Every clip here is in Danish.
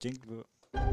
Jingle.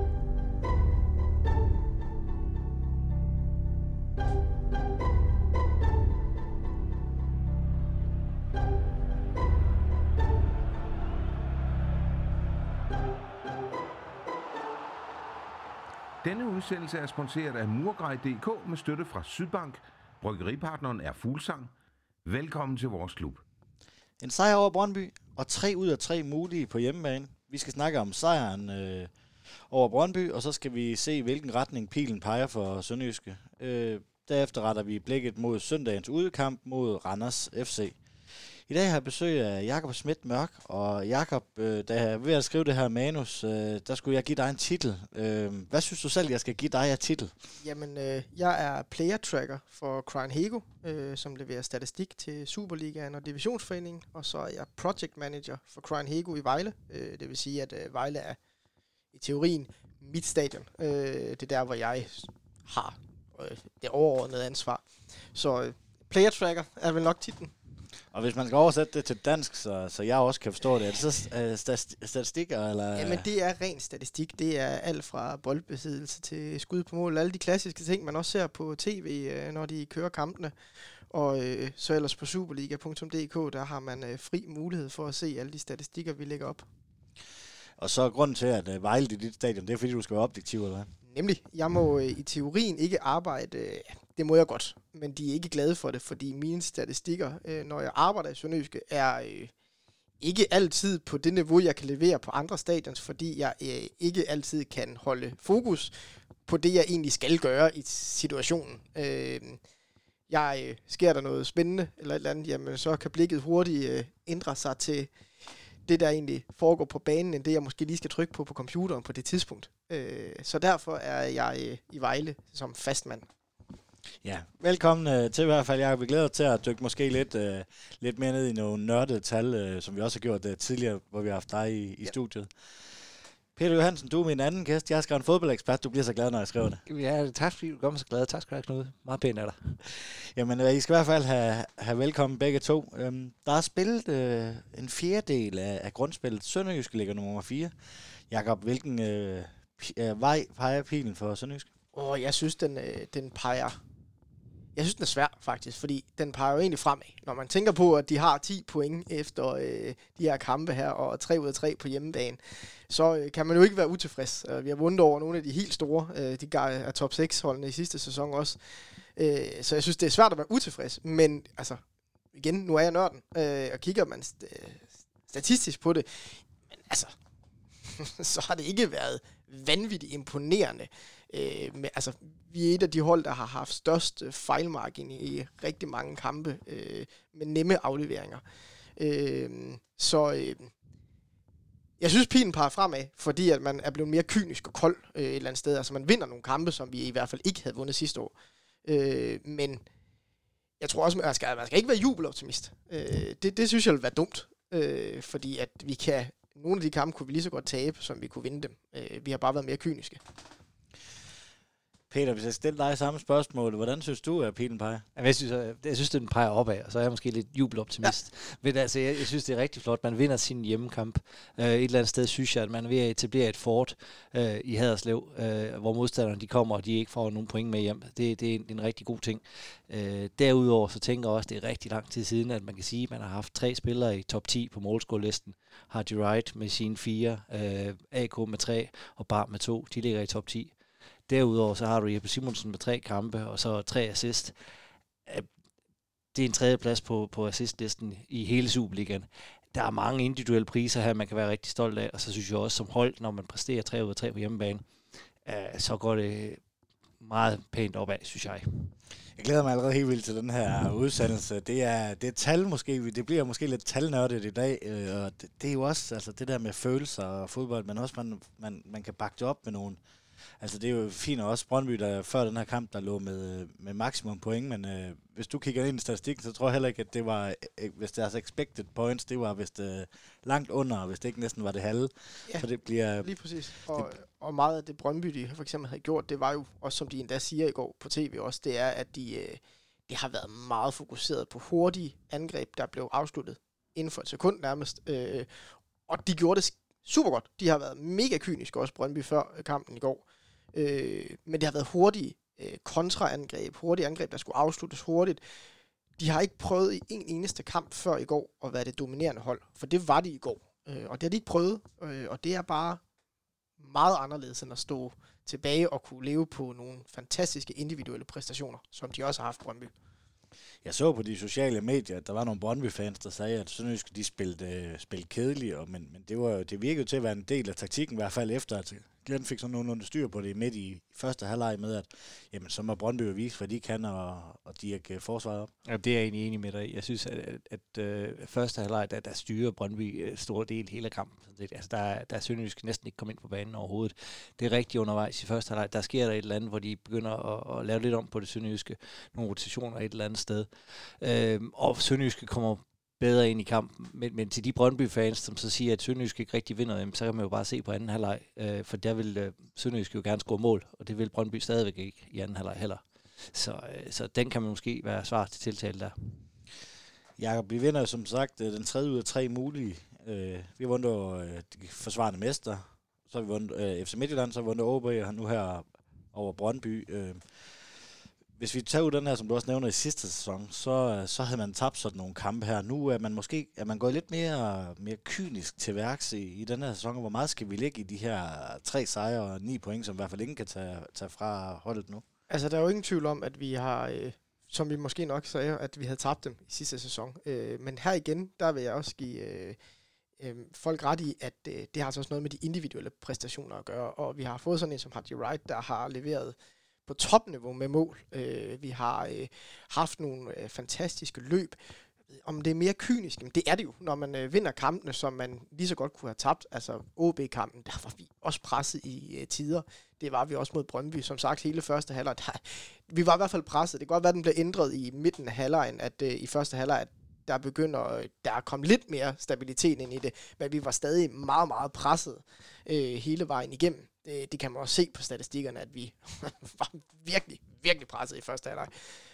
Denne udsendelse er sponsoreret af Murgrej.dk med støtte fra Sydbank. Bryggeripartneren er Fuglsang. Velkommen til vores klub. En sejr over Brøndby, og 3 ud af 3 mulige på hjemmebane. Vi skal snakke om sejren over Brøndby, og så skal vi se, hvilken retning pilen peger for Sønderjyske. Derefter retter vi blikket mod søndagens udekamp mod Randers FC. I dag har jeg besøg af Jakob Schmidt Mørk, og Jakob, da jeg er ved at skrive det her manus, der skulle jeg give dig en titel. Hvad synes du selv, jeg skal give dig af titel? Jamen, jeg er player tracker for Crying Hego, som leverer statistik til Superligaen og Divisionsforeningen, og så er jeg project manager for Crying Hego i Vejle. Det vil sige, at Vejle er i teorien mit stadion. Det er der, hvor jeg har det overordnede ansvar. Så player tracker er vel nok titlen. Og hvis man skal oversætte det til dansk, så jeg også kan forstå det, er det så statistikker? Eller? Jamen, det er ren statistik. Det er alt fra boldbesiddelse til skud på mål. Alle de klassiske ting, man også ser på tv, når de kører kampene. Og så ellers på superliga.dk, der har man fri mulighed for at se alle de statistikker, vi lægger op. Og så grunden til, at Vejle i dit stadion, det er fordi, du skal være objektiv, eller hvad? Nemlig, jeg må i teorien ikke arbejde, det må jeg godt, men de er ikke glade for det, fordi mine statistikker, når jeg arbejder i Sønderjyske, er ikke altid på det niveau, jeg kan levere på andre stadions, fordi jeg ikke altid kan holde fokus på det, jeg egentlig skal gøre i situationen. Sker der noget spændende eller et eller andet, jamen så kan blikket hurtigt ændre sig til det, der egentlig foregår på banen, end det, jeg måske lige skal trykke på computeren på det tidspunkt. Så derfor er jeg i Vejle som fastmand. Ja, velkommen til i hvert fald. Jeg er glædet til at dykke måske lidt mere ned i nogle nørdede tal, som vi også har gjort tidligere, hvor vi har haft dig i studiet. Peter Johansen, du er min anden gæst. Jeg har skrevet en fodboldekspert. Du bliver så glad, når jeg skriver det. Ja, tak fordi du kommer så glad. Tak skal du have, Knud. Meget pænt af dig. Jamen, I skal i hvert fald have velkommen begge to. Der er spillet en fjerdedel af grundspillet. Sønderjyske ligger nummer 4. Jakob, hvilken vej peger pilen for Sønderjyske? Jeg synes, den peger... Jeg synes, den er svær, faktisk, fordi den peger jo egentlig fremad. Når man tænker på, at de har 10 point efter de her kampe her, og 3 ud af 3 på hjemmebane, så kan man jo ikke være utilfreds. Vi har vundet over nogle af de helt store, de er top 6-holdene i sidste sæson også. Så jeg synes, det er svært at være utilfreds. Men altså, igen, nu er jeg nørden, og kigger man statistisk på det, men altså, så har det ikke været vanvittigt imponerende. Vi er et af de hold, der har haft størst fejlmargin i rigtig mange kampe med nemme afleveringer. Jeg synes, pilen peger fremad, fordi at man er blevet mere kynisk og kold et eller andet sted. Altså man vinder nogle kampe, som vi i hvert fald ikke havde vundet sidste år. Men jeg tror også, man skal ikke være jubeloptimist. Det synes jeg vil være dumt, fordi at vi kan... Nogle af de kampe kunne vi lige så godt tabe, som vi kunne vinde dem. Vi har bare været mere kyniske. Peter, hvis jeg stiller dig samme spørgsmål, hvordan synes du, at pilen peger? Jeg synes, den peger opad, og så er jeg måske lidt jubeloptimist. Ja. Men altså, jeg synes, det er rigtig flot. Man vinder sin hjemmekamp. Et eller andet sted synes jeg, at man er ved at etablere et fort i Haderslev, hvor modstanderne de kommer, og de ikke får nogen point med hjem. Det er en rigtig god ting. Derudover så tænker jeg også, at det er rigtig lang tid siden, at man kan sige, at man har haft 3 spillere i top 10 på målscorelisten. Hardy Wright med sine 4, AK med 3 og Bar med 2. De ligger i top 10. Derudover så har du Jeppe Simonsen med 3 kampe, og så 3 assist. Det er en 3. plads på assistlisten i hele Superligaen. Der er mange individuelle priser her, man kan være rigtig stolt af, og så synes jeg også som hold, når man præsterer 3 ud af 3 på hjemmebane, så går det meget pænt opad, synes jeg. Jeg glæder mig allerede helt vildt til den her udsendelse. Det er tal måske, det bliver måske lidt talnørdet i dag, og det er jo også altså, det der med følelser og fodbold, men også man kan bakke det op med nogen. Altså det er jo fint også Brøndby, der før den her kamp, der lå med maksimum point, men hvis du kigger ind i statistikken, så tror jeg heller ikke, at det var, hvis deres expected points, det var vist langt under, hvis det ikke næsten var det halve. Ja, så det bliver, lige præcis. Og meget af det Brøndby, de for eksempel havde gjort, det var jo også, som de endda siger i går på tv også, det er, at de har været meget fokuseret på hurtige angreb, der blev afsluttet inden for et sekund nærmest. Og de gjorde det super godt. De har været mega kyniske også, Brøndby, før kampen i går. Men det har været hurtige kontraangreb, hurtige angreb, der skulle afsluttes hurtigt. De har ikke prøvet i en eneste kamp før i går at være det dominerende hold, for det var de i går. Og det har de ikke prøvet, og det er bare meget anderledes end at stå tilbage og kunne leve på nogle fantastiske individuelle præstationer, som de også har haft Brøndby. Jeg så på de sociale medier, at der var nogle Brøndby-fans, der sagde, at Sønderjyske de spillede kedeligt, men det virkede til at være en del af taktikken, i hvert fald efter, at Glenn fik sådan nogenlunde styr på det midt i første halvleg med, at jamen, så må Brøndby jo vise, hvad de kan, og dirke forsvaret op. Ja, det er jeg egentlig enig med dig i. Jeg synes, at første halvleg, der styrer Brøndby stor del hele kampen. Altså, der er Sønderjysk næsten ikke kommet ind på banen overhovedet. Det er rigtig undervejs i første halvleg. Der sker der et eller andet, hvor de begynder at lave lidt om på det Sønderjyske. Nogle rotationer et eller andet sted. Og Sønderjyske kommer bedre ind i kampen. Men til de Brøndby-fans, som så siger, at Sønderjysk ikke rigtig vinder, så kan man jo bare se på anden halvleg. For der vil Sønderjysk jo gerne score mål, og det vil Brøndby stadigvæk ikke i anden halvleg heller. Så den kan man måske være svar til tiltale der. Jakob, vi vinder som sagt den 3 ud af 3 mulige. Vi har vundet de forsvarende mester, så har vi vundet FC Midtjylland, så har vi vundet OB, og nu her over Brøndby. Hvis vi tager ud den her, som du også nævner i sidste sæson, så havde man tabt sådan nogle kampe her. Nu er man gået lidt mere kynisk til værks i den her sæson. Hvor meget skal vi ligge i de her 3 sejre og 9 point, som i hvert fald ingen kan tage fra holdet nu? Altså, der er jo ingen tvivl om, at vi har, som vi måske nok sagde, at vi havde tabt dem i sidste sæson. Men her igen, der vil jeg også give folk ret i, at det har altså også noget med de individuelle præstationer at gøre. Og vi har fået sådan en som Haji Wright, der har leveret på topniveau med mål. Vi har haft nogle fantastiske løb. Om det er mere kynisk, men det er det jo, når man vinder kampene, som man lige så godt kunne have tabt. Altså OB-kampen, der var vi også presset i tider. Det var vi også mod Brøndby. Som sagt, hele første halvleg, vi var i hvert fald presset. Det kan godt være, at den blev ændret i midten af halvlegen, at i første halvleg, at der er kommet lidt mere stabilitet ind i det, men vi var stadig meget, meget presset hele vejen igennem. Det kan man også se på statistikkerne, at vi var virkelig, virkelig presset i første halvleg.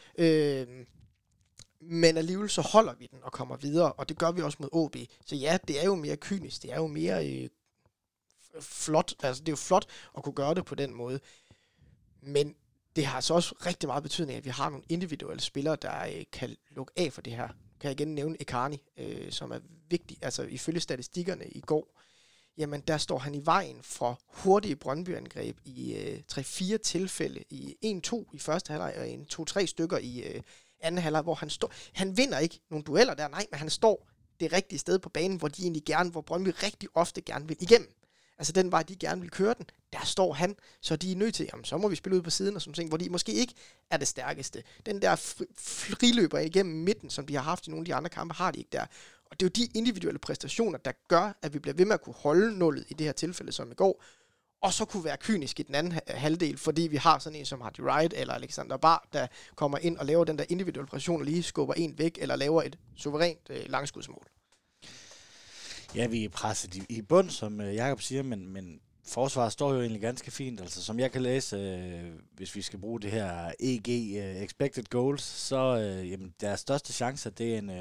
Men alligevel så holder vi den og kommer videre, og det gør vi også mod OB. Så ja, det er jo mere kynisk, det er jo mere flot, altså det er jo flot at kunne gøre det på den måde. Men det har så også rigtig meget betydning, at vi har nogle individuelle spillere, der kan lukke af for det her. Kan jeg igen nævne Ekani, som er vigtig, altså ifølge statistikkerne i går, jamen der står han i vejen for hurtige Brøndby-angreb i 3-4 tilfælde, i 1-2 i første halvleg og en 2-3 stykker i anden halvleg, hvor han står. Han vinder ikke nogle dueller der, nej, men han står det rigtige sted på banen, hvor Brøndby rigtig ofte gerne vil igennem. Altså den vej, de gerne vil køre den, der står han, så de er nødt til, jamen, så må vi spille ud på siden og sådan ting, hvor de måske ikke er det stærkeste. Den der friløber igennem midten, som de har haft i nogle af de andre kampe, har de ikke der. Og det er jo de individuelle præstationer, der gør, at vi bliver ved med at kunne holde nullet i det her tilfælde som i går, og så kunne være kynisk i den anden halvdel, fordi vi har sådan en som Haji Wright eller Alexander Bar, der kommer ind og laver den der individuelle præstation, og lige skubber en væk, eller laver et suverænt langskudsmål. Ja, vi er presset i bund, som Jakob siger, men forsvaret står jo egentlig ganske fint. Altså, som jeg kan læse, hvis vi skal bruge det her EG, Expected Goals, så jamen, deres største chance, det er en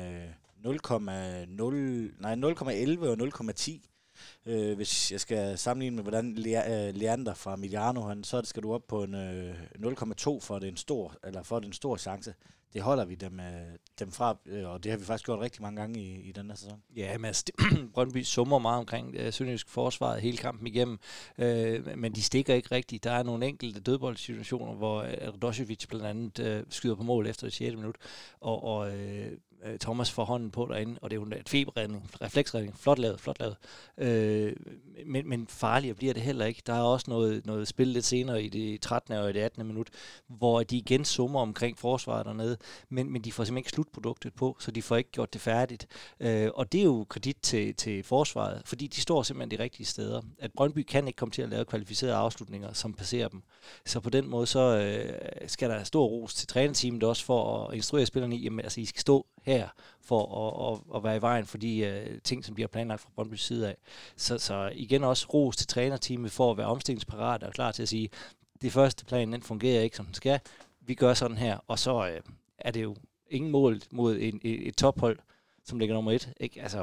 0,11 og 0,10. Hvis jeg skal sammenligne med, hvordan Leander fra Mediano, så skal du op på en 0,2 for det en stor chance. Det holder vi dem fra, og det har vi faktisk gjort rigtig mange gange i den her sæson. Ja, men Brøndby summer meget omkring Sønderjysk forsvaret hele kampen igennem, men de stikker ikke rigtigt. Der er nogle enkelte dødboldsituationer, hvor Radojevic blandt andet skyder på mål efter det 6. minut, og Thomas får hånden på derinde, og det er jo en feberredning, refleksredning, flot lavet. Men farligere bliver det heller ikke. Der er også noget spil lidt senere i det 13. og i det 18. minut, hvor de igen summer omkring forsvaret dernede, men de får simpelthen ikke slutproduktet på, så de får ikke gjort det færdigt. Og det er jo kredit til forsvaret, fordi de står simpelthen de rigtige steder. At Brøndby kan ikke komme til at lave kvalificerede afslutninger, som passerer dem. Så på den måde, så skal der stor ros til trænerteamet også for at instruere spillerne i, jamen, altså I skal stå her for at være i vejen for de ting, som bliver planlagt fra Brøndbys side af. Så igen også ros til trænerteamet for at være omstillingsparat og klar til at sige, det første plan, den fungerer ikke, som den skal. Vi gør sådan her, og så er det jo ingen mål mod et tophold, som ligger nummer 1. Ikke? Altså,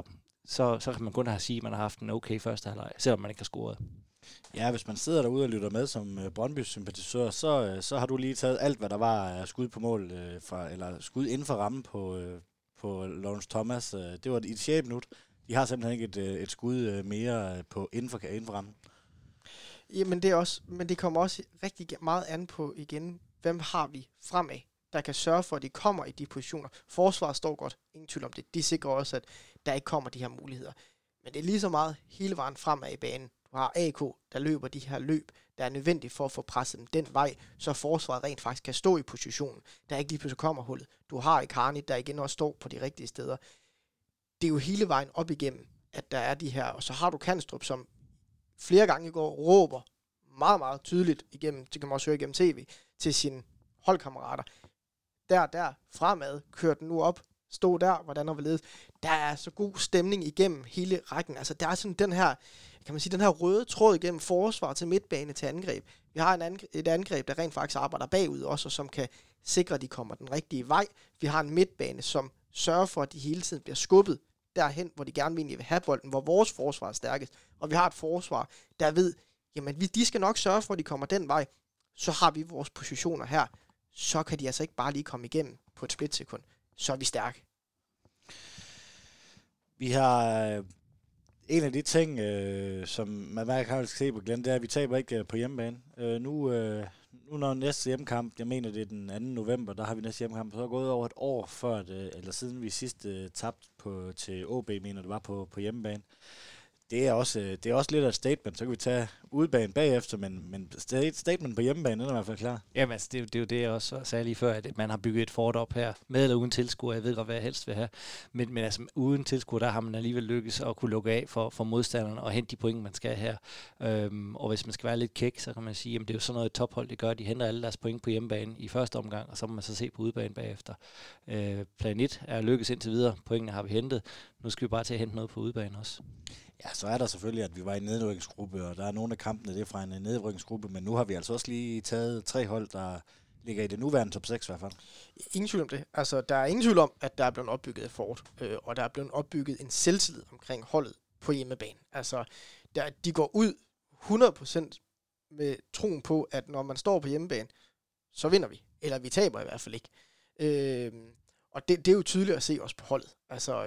så kan man kun have sige, at man har haft en okay første halvleg, selvom man ikke har scoret. Ja, hvis man sidder derude og lytter med som Brøndby-sympatisør, så har du lige taget alt, hvad der var af skud på mål, eller skud inden for rammen på Lawrence Thomas. Det var i det 6. minut. De har simpelthen ikke et skud mere inden for rammen. Jamen men det kommer også rigtig meget an på igen, hvem har vi fremad, der kan sørge for, at de kommer i de positioner. Forsvaret står godt, ingen tvivl om det. De sikrer også, at der ikke kommer de her muligheder. Men det er lige så meget hele vejen fremad i banen. Du har AK, der løber de her løb, der er nødvendigt for at få presset dem den vej, så forsvaret rent faktisk kan stå i positionen, der ikke lige pludselig kommer hullet. Du har Icarni, der igen også står på de rigtige steder. Det er jo hele vejen op igennem, at der er de her, og så har du Kanstrup, som flere gange i går råber meget, meget tydeligt igennem, det kan man også høre igennem tv, til sine holdkammerater. Der, fremad, kør den nu op, stå der, hvordan der vil ledes. Der er så god stemning igennem hele rækken. Altså, der er sådan den her, kan man sige, den her røde tråd igennem forsvar til midtbane til angreb. Vi har et angreb, der rent faktisk arbejder bagud også, og som kan sikre, at de kommer den rigtige vej. Vi har en midtbane, som sørger for, at de hele tiden bliver skubbet derhen, hvor de gerne vil have bolden, hvor vores forsvar er stærkest. Og vi har et forsvar, der ved, jamen de skal nok sørge for, at de kommer den vej. Så har vi vores positioner her. Så kan de altså ikke bare lige komme igennem på et splitsekund. Så er vi stærke. Vi har en af de ting, som man hver kan se på Glenn, det er, at vi taber ikke på hjemmebane. Nu når næste hjemmekamp, jeg mener det er den 2. november, der har vi næste hjemmekamp, så er gået over et år før, eller siden vi sidst tabte til OB, mener det var på hjemmebane. Det er også lidt af et statement, så kan vi tage udebane bagefter, men statement på hjemmebane, den er i hvert fald klar. Jamen altså, det er jo det, jeg også sagde lige før, at man har bygget et fort op her, med eller uden tilskuer, jeg ved godt, hvad jeg helst vil have, men altså uden tilskuer, der har man alligevel lykkes at kunne lukke af for modstanderne og hente de point, man skal her. Og hvis man skal være lidt kæk, så kan man sige, at det er jo sådan noget, et tophold, det gør, de henter alle deres point på hjemmebane i første omgang, og så må man så se på udebane bagefter. Plan 1 er lykkes indtil videre, pointene har vi hentet, nu skal vi bare til at hente noget på udebane også. Ja, så er der selvfølgelig, at vi var i en nedrykningsgruppe, og der er nogle af kampene, det er fra en nedrykningsgruppe, men nu har vi altså også lige taget 3 hold, der ligger i det nuværende top 6 i hvert fald. Ingen tvivl om det. Altså, der er ingen tvivl om, at der er blevet opbygget et fort, og der er blevet opbygget en selvtillid omkring holdet på hjemmebane. Altså, de går ud 100% med troen på, at når man står på hjemmebane, så vinder vi. Eller vi taber i hvert fald ikke. Og det er jo tydeligt at se også på holdet. Altså,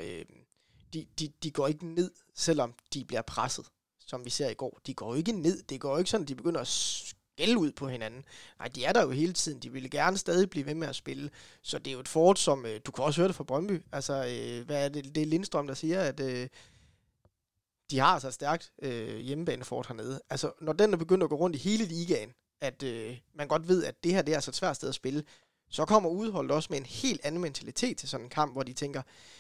de går ikke ned, selvom de bliver presset, som vi ser i går. De går jo ikke ned. Det går jo ikke sådan, at de begynder at skælde ud på hinanden. Nej, de er der jo hele tiden. De ville gerne stadig blive ved med at spille. Så det er jo et fort, som du kan også høre det fra Brøndby. Altså, hvad er det? Det er Lindstrøm, der siger, at de har altså et stærkt hjemmebanefort hernede. Altså, når den er begyndt at gå rundt i hele ligaen, at man godt ved, at det her det er altså et svært sted at spille, så kommer udholdet også med en helt anden mentalitet til sådan en kamp, hvor de tænker,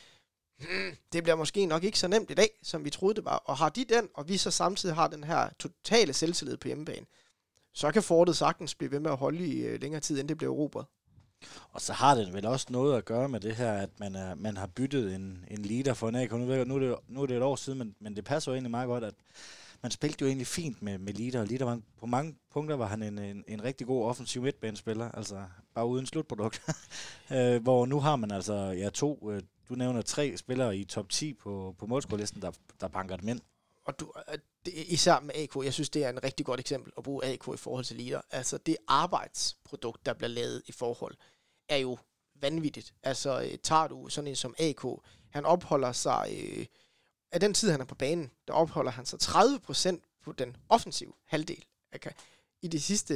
det bliver måske nok ikke så nemt i dag, som vi troede det var. Og har de den, og vi så samtidig har den her totale selvtillid på hjemmebane, så kan fortet sagtens blive ved med at holde i længere tid, inden det bliver erobret. Og så har det vel også noget at gøre med det her, at man har byttet en leader for en AK. Nu er det et år siden, men det passer jo egentlig meget godt, at man spillede jo egentlig fint med Lider, og Lider var på mange punkter var han en rigtig god offensiv midtbanespiller, altså bare uden slutprodukt. Hvor nu har man altså 2, du nævner 3 spillere i top 10 på målscorelisten, der banker dem ind. Og især med AK, jeg synes, det er en rigtig godt eksempel at bruge AK i forhold til Lider. Altså det arbejdsprodukt, der bliver lavet i forhold, er jo vanvittigt. Altså tager du sådan en som AK, han opholder sig, af den tid han er på banen, der opholder han sig 30% på den offensive halvdel. Okay. I de sidste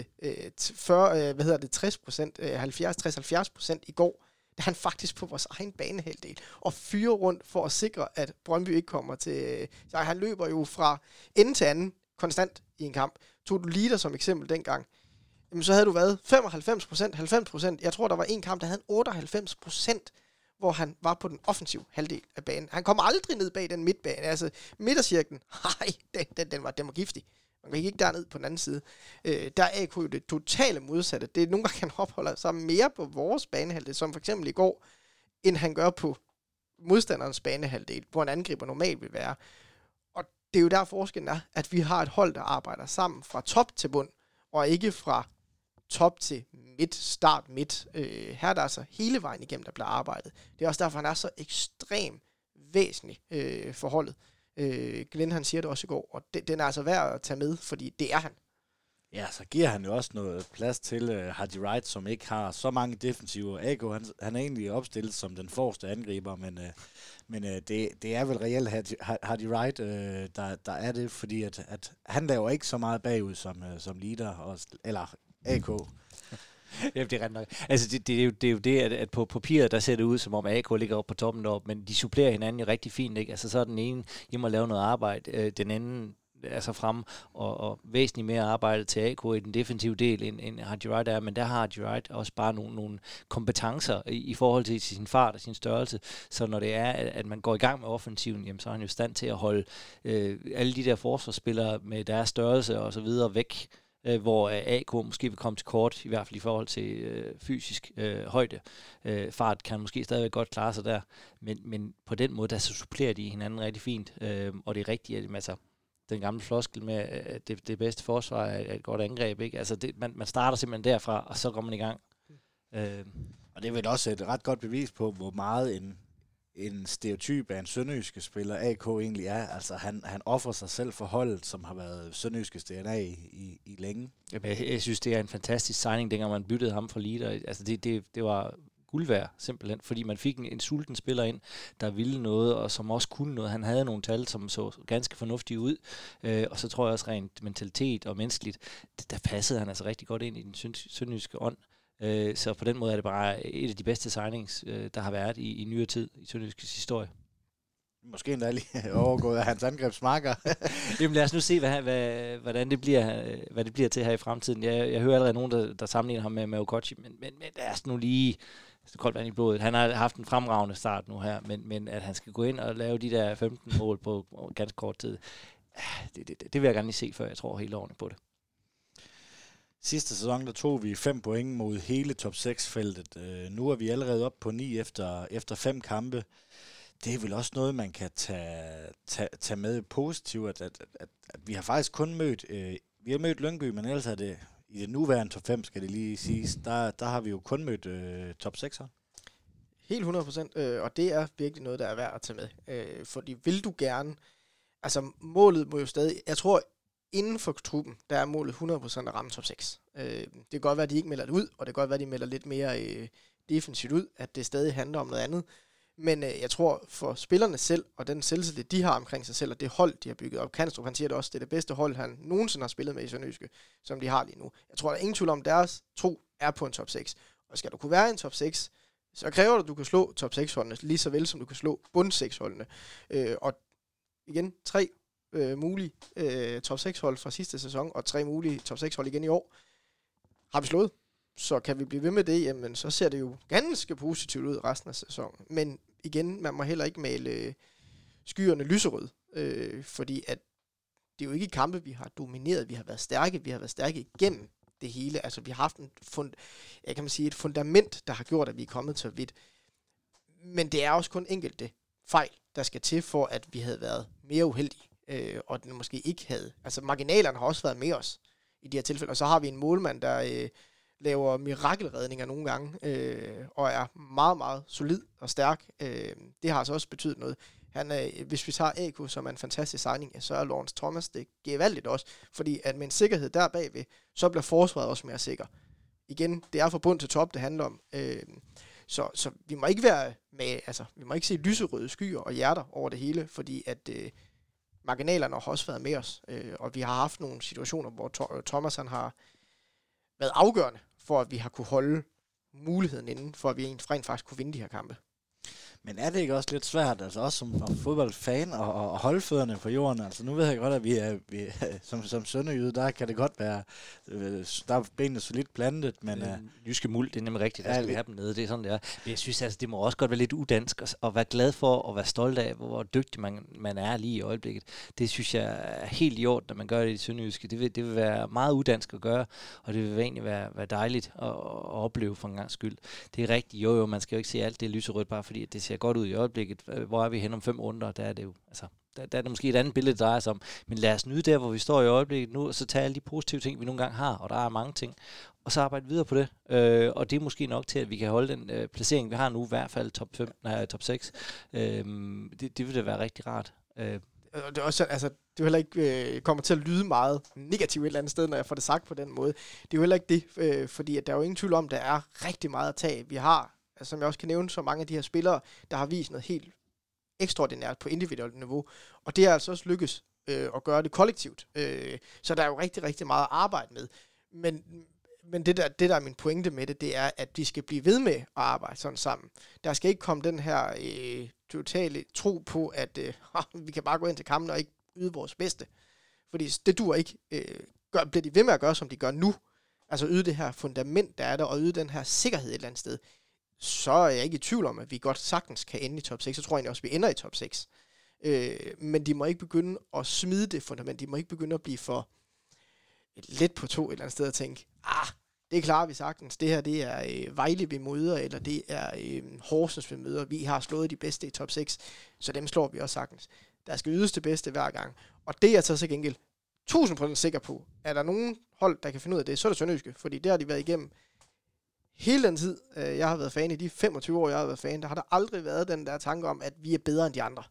60%, 70-70% i går, der er han faktisk på vores egen banehalvdel og fyrer rundt for at sikre, at Brøndby ikke kommer til. Så han løber jo fra ende til anden konstant i en kamp. Tog du Lider som eksempel dengang, jamen så havde du været 95%, 90%. Jeg tror, der var en kamp, der havde 98%, hvor han var på den offensive halvdel af banen. Han kommer aldrig ned bag den midtbane. Altså midtercirklen, den var giftig. Man kan ikke derned på den anden side. Der er AK jo det totale modsatte. Det er nogle gange, han opholder sig mere på vores banehalvdel, som for eksempel i går, end han gør på modstanderens banehalvdel, hvor en angriber normalt vil være. Og det er jo der forskellen er, at vi har et hold, der arbejder sammen fra top til bund, og ikke fra top til midt. Her er der altså hele vejen igennem, der bliver arbejdet. Det er også derfor, han er så ekstremt væsentlig for holdet. Glenn han siger det også i går, og den er altså værd at tage med, fordi det er han. Ja, så giver han jo også noget plads til Hardy Wright, som ikke har så mange defensive. AK, han er egentlig opstillet som den forreste angriber, men det er vel reelt Hardy Wright, der er det, fordi at han laver ikke så meget bagud som leader, eller AK. Ja, det er ret nok. Altså, det er jo det, at på papiret, der ser det ud, som om AK ligger oppe på toppen deroppe, men de supplerer hinanden jo rigtig fint, ikke? Altså, så er den ene hjemme at lave noget arbejde, den anden er så frem og væsentligt mere arbejde til AK i den defensive del, end Hardy Wright er, men der har Hardy Wright også bare nogle kompetencer i forhold til sin fart og sin størrelse, så når det er, at man går i gang med offensiven, jamen, så er han jo i stand til at holde alle de der forsvarsspillere med deres størrelse og så videre væk, hvor AK måske vil komme til kort, i hvert fald i forhold til fysisk højde. Fart kan måske stadigvæk godt klare sig der, men på den måde, der så supplerer de hinanden rigtig fint, og det er rigtigt, at altså, den gamle floskel med, at det bedste forsvar er et godt angreb, ikke? Altså, man starter simpelthen derfra, og så går man i gang. Og det er vel også et ret godt bevis på, hvor meget en stereotyp af en sønderjyske spiller AK egentlig er. Altså, han offrer sig selv for holdet, som har været sønderjyskes DNA i længe. Jamen, jeg synes, det er en fantastisk signing, dengang man byttede ham for leader. Altså, det var guld værd, simpelthen, fordi man fik en sulten spiller ind, der ville noget, og som også kunne noget. Han havde nogle tal, som så ganske fornuftige ud, og så tror jeg også rent mentalitet og menneskeligt, der passede han altså rigtig godt ind i den sønderjyske ånd. Så på den måde er det bare et af de bedste signings, der har været i nyere tid i sønderjyskes historie. Måske endda lige overgået af hans angrebsmarker. Jamen lad os nu se, hvordan det bliver til her i fremtiden. Jeg hører allerede nogen, der sammenligner ham med Okochi, men lad os nu lige koldt vand i blodet. Han har haft en fremragende start nu her, men at han skal gå ind og lave de der 15 mål på ganske kort tid, det vil jeg gerne lige se, før jeg tror helt ordentligt på det. Sidste sæson, der tog vi 5 point mod hele top 6-feltet. Nu er vi allerede oppe på 9 efter 5 kampe. Det er vel også noget, man kan tage med positivt, at vi har faktisk kun mødt Lyngby, men ellers er det i det nuværende top 5, skal det lige siges, der har vi jo kun mødt top 6'er. Helt 100%, og det er virkelig noget, der er værd at tage med. Fordi vil du gerne, altså målet må jo stadig, jeg tror inden for truppen, der er målet 100% at ramme top 6. Det kan godt være, at de ikke melder det ud, og det kan godt være, at de melder lidt mere defensivt ud, at det stadig handler om noget andet. Men jeg tror, for spillerne selv, og den selvtillid, de har omkring sig selv, og det hold, de har bygget op. Kanstrup, han siger det også, det er det bedste hold, han nogensinde har spillet med i Sønderjyske, som de har lige nu. Jeg tror, der er ingen tvivl om, deres tro er på en top 6. Og skal du kunne være i en top 6, så kræver det, at du kan slå top 6-holdene, lige så vel som du kan slå bund 6-holdene. Og igen, 3 mulige top 6-hold fra sidste sæson, og 3 mulige top 6-hold igen i år, har vi slået. Så kan vi blive ved med det, jamen så ser det jo ganske positivt ud resten af sæsonen. Men igen, man må heller ikke male skyerne lyserød, fordi at det er jo ikke kampe, vi har domineret, vi har været stærke igennem det hele. Altså vi har haft et fundament, der har gjort, at vi er kommet så vidt. Men det er også kun enkelte fejl, der skal til for, at vi havde været mere uheldige, og den måske ikke havde. Altså marginalerne har også været med os i de her tilfælde, og så har vi en målmand, der laver mirakelredninger nogle gange, og er meget, meget solid og stærk. Det har altså også betydet noget. Hvis vi tager AK, som er en fantastisk signing, så er Lawrence Thomas det gevaldigt også, fordi at med en sikkerhed der bagved, så bliver forsvaret også mere sikker. Igen, det er fra bund til top, det handler om. Så vi må ikke være med, altså vi må ikke se lyserøde skyer og hjerter over det hele, fordi at marginalerne har også været med os, og vi har haft nogle situationer, hvor Thomas han har været afgørende for, at vi har kunne holde muligheden inden, for at vi rent faktisk kunne vinde de her kampe. Men er det ikke også lidt svært, altså også som fodboldfan, at holde fødderne på jorden? Altså nu ved jeg godt, at vi som sønderjyde, der kan det godt være, der er benene solidt plantet, men jyske muld, det er nemlig rigtigt, der skal vi have dem nede, det er sådan, det er. Men jeg synes altså, det må også godt være lidt udansk, og være glad for, at være stolt af, hvor dygtig man er lige i øjeblikket. Det synes jeg er helt i orden, når man gør det i sønderjyske. Det vil være meget udansk at gøre, og det vil egentlig være dejligt at opleve for en gangs skyld. Det er rigtigt, jo, man skal jo ikke se alt det lyserødt, bare fordi det ser godt ud i øjeblikket. Hvor er vi hen om 5 runder? Der er det jo, altså, der er det måske et andet billede, der drejer sig om. Men lad os nyde der, hvor vi står i øjeblikket nu, og så tage alle de positive ting, vi nogle gange har, og der er mange ting, og så arbejde videre på det. Og det er måske nok til, at vi kan holde den placering, vi har nu, i hvert fald top 6. Det vil da være rigtig rart. Det er også, altså, det er heller ikke kommer til at lyde meget negativt et eller andet sted, når jeg får det sagt på den måde. Det er jo heller ikke det, fordi at der er jo ingen tvivl om, at der er rigtig meget at tage. Vi har, altså, som jeg også kan nævne, så mange af de her spillere, der har vist noget helt ekstraordinært på individuelt niveau. Og det er altså også lykkes at gøre det kollektivt. Så der er jo rigtig, rigtig meget at arbejde med. Men det der er min pointe med det er, at de skal blive ved med at arbejde sådan sammen. Der skal ikke komme den her totale tro på, at vi kan bare gå ind til kampen og ikke yde vores bedste. Fordi det dur ikke. Bliver de ved med at gøre, som de gør nu, altså yde det her fundament, der er der, og yde den her sikkerhed et eller andet sted, så er jeg ikke i tvivl om, at vi godt sagtens kan ende i top 6. Så tror jeg egentlig også, at vi ender i top 6. Men de må ikke begynde at smide det fundament. De må ikke begynde at blive for let på to et eller andet sted og tænke, det klarer vi sagtens. Det her, det er Vejle, vi møder, eller det er Horsens, vi møder. Vi har slået de bedste i top 6, så dem slår vi også sagtens. Der skal ydes det bedste hver gang. Og det er jeg så gengæld 1000% sikker på. Er der nogen hold, der kan finde ud af det, så er det Sønderjyske, fordi det har de været igennem hele den tid. Jeg har været fan i de 25 år, jeg har været fan. Der har der aldrig været den der tanke om, at vi er bedre end de andre.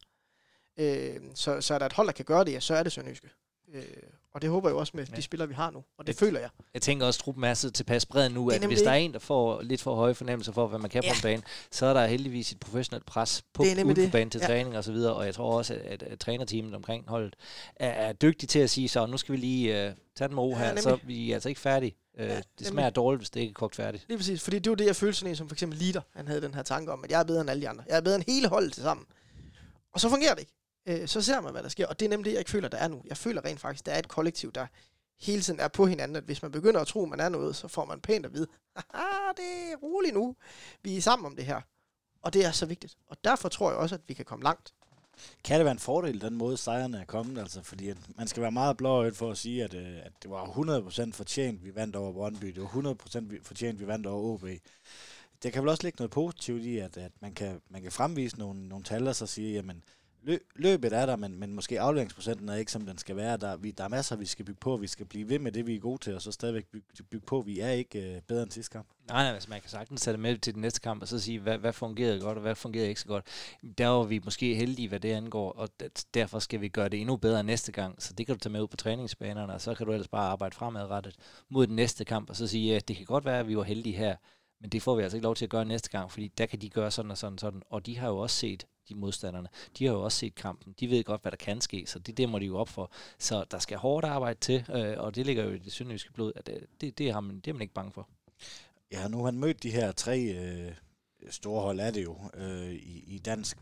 Så er der et hold, der kan gøre det, ja, så er det Sønderjyske. Og det håber jeg også med de spillere, vi har nu. Og det føler jeg. Jeg tænker også, at truppen er så tilpas bred nu, at hvis der er en, der får lidt for høje fornemmelser for, hvad man kan på en bane, så er der heldigvis et professionelt pres på banen til træning og så videre. Og jeg tror også, at trænerteamet omkring holdet er dygtige til at sige, så nu skal vi lige tage den med ro her, så vi er altså ikke færdige. Det smager dårligt, hvis det ikke er kogt færdigt. Lige præcis, fordi det var det, jeg følte sådan en, som for eksempel Lieder, han havde den her tanke om, at jeg er bedre end alle de andre. Jeg er bedre end hele holdet til sammen. Og så fungerer det ikke. Så ser man, hvad der sker. Og det er nemlig det, jeg ikke føler, der er nu. Jeg føler rent faktisk, der er et kollektiv, der hele tiden er på hinanden, at hvis man begynder at tro, man er noget, så får man pænt at vide, det er roligt nu. Vi er sammen om det her. Og det er så vigtigt. Og derfor tror jeg også, at vi kan komme langt. Kan det være en fordel, den måde sejrene er kommet? Altså, fordi at man skal være meget blåøjet for at sige, at det var 100% fortjent, vi vandt over Brøndby. Det var 100% fortjent, vi vandt over OB. Der kan vel også ligge noget positivt i, at man kan fremvise nogle tal, og så sige, jamen, løbet er der, men måske afleveringsprocenten er ikke, som den skal være. Der er masser, vi skal bygge på, vi skal blive ved med det, vi er gode til, og så stadigvæk bygge på. Vi er ikke bedre end sidste kamp. Nej, altså man kan sagtens tage det med til den næste kamp, og så sige, hvad fungerede godt, og hvad fungerede ikke så godt. Der var vi måske heldige, hvad det angår, og derfor skal vi gøre det endnu bedre næste gang. Så det kan du tage med ud på træningsbanerne, og så kan du ellers bare arbejde fremadrettet mod den næste kamp, og så sige, ja, det kan godt være, at vi var heldige her, men det får vi altså ikke lov til at gøre næste gang, fordi der kan de gøre sådan og sådan og sådan, og de har jo også set de modstanderne. De har jo også set kampen. De ved godt, hvad der kan ske, så det må de jo op for. Så der skal hårdt arbejde til, og det ligger jo i det sønderjyske blod, at det er man ikke bange for. Ja, nu har han mødt de her 3 store hold, er det jo, i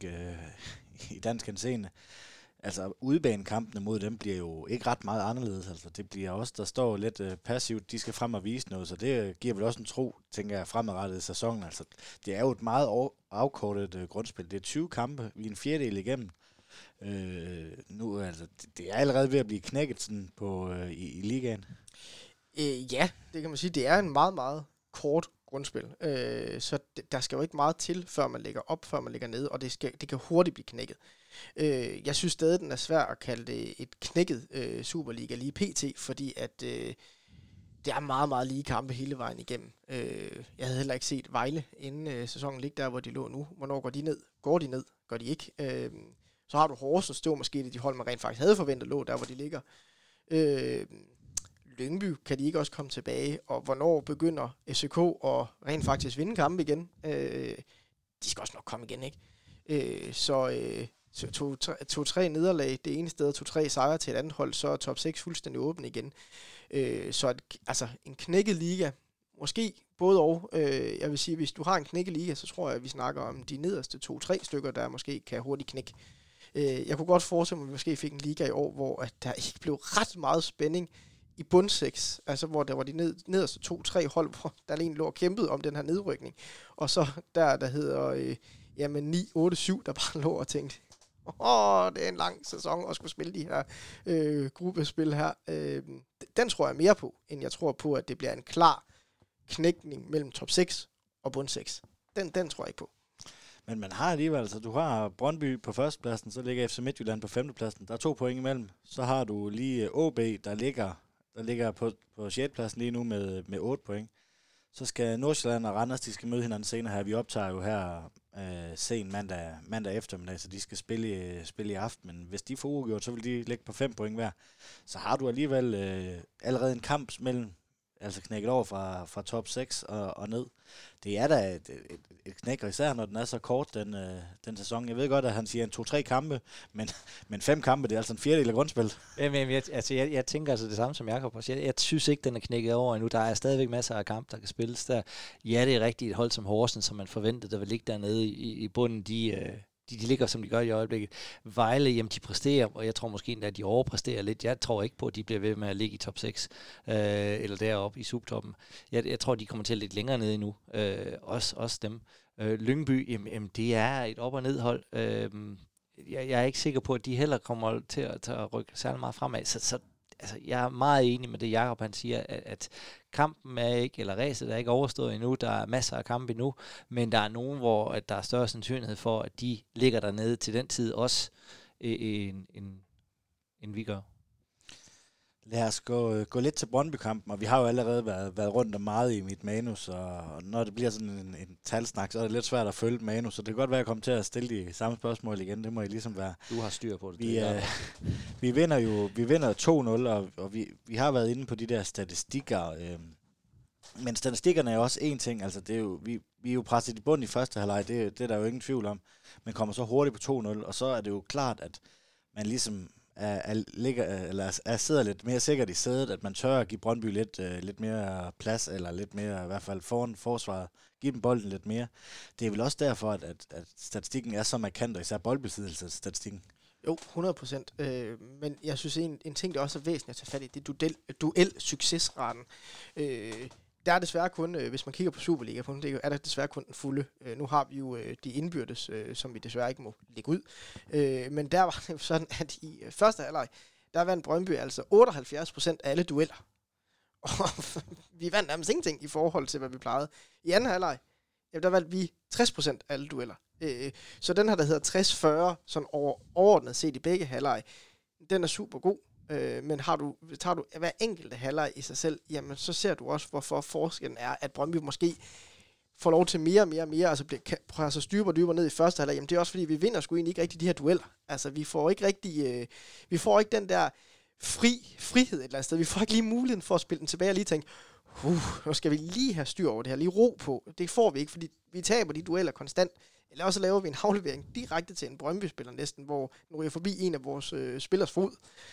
dansk henseende. Altså, udebanekampene mod dem bliver jo ikke ret meget anderledes. Altså, det bliver også, der står lidt passivt, de skal frem og vise noget, så det giver vel også en tro, tænker jeg, fremadrettet i sæsonen. Altså, det er jo et meget afkortet grundspil. Det er 20 kampe, vi er en fjerdedel igennem. Nu, altså, det er allerede ved at blive knækket sådan i ligaen. Ja, det kan man sige. Det er en meget, meget kort grundspil. Så der skal jo ikke meget til, før man lægger op, før man lægger ned, og det kan hurtigt blive knækket. Jeg synes stadig, den er svær at kalde det et knækket Superliga lige pt, fordi at det er meget, meget lige kampe hele vejen igennem. Jeg havde heller ikke set Vejle inden sæsonen ligge der, hvor de lå nu. Hvornår går de ned? Går de ned? Gør de ikke? Så har du Horsens, det var måske det, de hold, man rent faktisk havde forventet lå der, hvor de ligger. Lyngby kan de ikke også komme tilbage, og hvornår begynder FCK at rent faktisk vinde kampe igen? De skal også nok komme igen, ikke? Så 2-3 nederlag det ene sted, 2-3 sejre til et andet hold, så er top 6 fuldstændig åben igen. Så en knækket liga, måske både og. Jeg vil sige, hvis du har en knækket liga, så tror jeg, at vi snakker om de nederste 2-3 stykker, der måske kan hurtigt knække. Jeg kunne godt forestille mig, at vi måske fik en liga i år, hvor at der ikke blev ret meget spænding i bund 6, altså hvor der var de nederste 2-3 hold, hvor der egentlig lå og kæmpede om den her nedrykning. Og så der hedder 9-8-7, der bare lå og tænkte, det er en lang sæson at skulle spille de her gruppespil her. Den tror jeg mere på, end jeg tror på, at det bliver en klar knækning mellem top 6 og bund 6. Den tror jeg ikke på. Men man har alligevel, altså du har Brøndby på førstepladsen, så ligger FC Midtjylland på femtepladsen. Der er 2 point imellem. Så har du lige AaB, der ligger på 6. pladsen lige nu med 8 point. Så skal Nordsjælland og Randers, de skal møde hinanden senere her. Vi optager jo her sen mandag eftermiddag, så de skal spille i aften. Men hvis de får uafgjort, så vil de ligge på 5 point hver. Så har du alligevel allerede en kamp mellem, altså knækket over fra top 6 og ned. Det er da et knæk, især når den er så kort, den sæson. Jeg ved godt, at han siger 2-3 kampe, men 5 kampe, det er altså en fjerdedel af grundspillet. Jamen, jeg tænker altså det samme som Jakob også. Jeg synes ikke, den er knækket over endnu. Der er stadigvæk masser af kampe, der kan spilles der. Ja, det er rigtigt et hold som Horsens, som man forventede, der vil ligge dernede i bunden. De ligger, som de gør i øjeblikket. Vejle, jamen de præsterer, og jeg tror måske endda, at de overpræsterer lidt. Jeg tror ikke på, at de bliver ved med at ligge i top 6, eller deroppe i subtoppen. Jeg tror, de kommer til at ligge længere nede endnu. Også dem. Lyngby, jamen det er et op- og nedhold. Jeg er ikke sikker på, at de heller kommer til at rykke særlig meget fremad. Så altså, jeg er meget enig med det, Jakob han siger, at kampen er ikke, eller ræset er ikke overstået endnu. Der er masser af kampe endnu, men der er nogen, hvor at der er større sandsynlighed for, at de ligger dernede til den tid også, end vi gør. Lad os gå lidt til Brøndby-kampen, og vi har jo allerede været rundt om meget i mit manus, og når det bliver sådan en talsnak, så er det lidt svært at følge manus, så det kan godt være, at jeg kommer til at stille de samme spørgsmål igen, det må I ligesom være. Du har styr på det. Vi vinder 2-0, og vi har været inde på de der statistikker, men statistikkerne er jo også én ting, altså det er jo, vi er jo presset i bund i første halvleg, det er der jo ingen tvivl om, men kommer så hurtigt på 2-0, og så er det jo klart, at man ligesom sidder lidt mere sikkert i sædet, at man tør at give Brøndby lidt mere plads, eller lidt mere i hvert fald foran forsvaret, give dem bolden lidt mere. Det er vel også derfor, at statistikken er så markant, og især boldbesiddelsesstatistikken. Jo, 100%. Men jeg synes, en ting, der også er væsentligt at tage fat i, det er duel-succesraten. Der er desværre kun, hvis man kigger på Superliga, er der desværre kun den fulde. Nu har vi jo de indbyrdes, som vi desværre ikke må lægge ud. Men der var det sådan, at i første halvleg, der vandt Brøndby altså 78% af alle dueller. Og vi vandt nærmest ingenting i forhold til, hvad vi plejede. I anden halvleg, der vandt vi 60% af alle dueller. Så den her, der hedder 60-40, sådan overordnet set i begge halvleg, den er super god. Men tager du hver enkelte halvleg i sig selv, jamen så ser du også, hvorfor forskellen er, at Brøndby måske får lov til mere, altså presser dybere ned i første halvleg. Jamen det er også fordi, vi vinder sgu egentlig ikke rigtig de her dueller. Altså vi får ikke den der frihed et eller andet sted. Vi får ikke lige muligheden for at spille den tilbage og lige tænke, nu skal vi lige have styr over det her, lige ro på. Det får vi ikke, fordi vi taber de dueller konstant. Eller også laver vi en aflevering direkte til en Brøndby-spiller næsten, hvor nu er forbi en af vores spillers fod.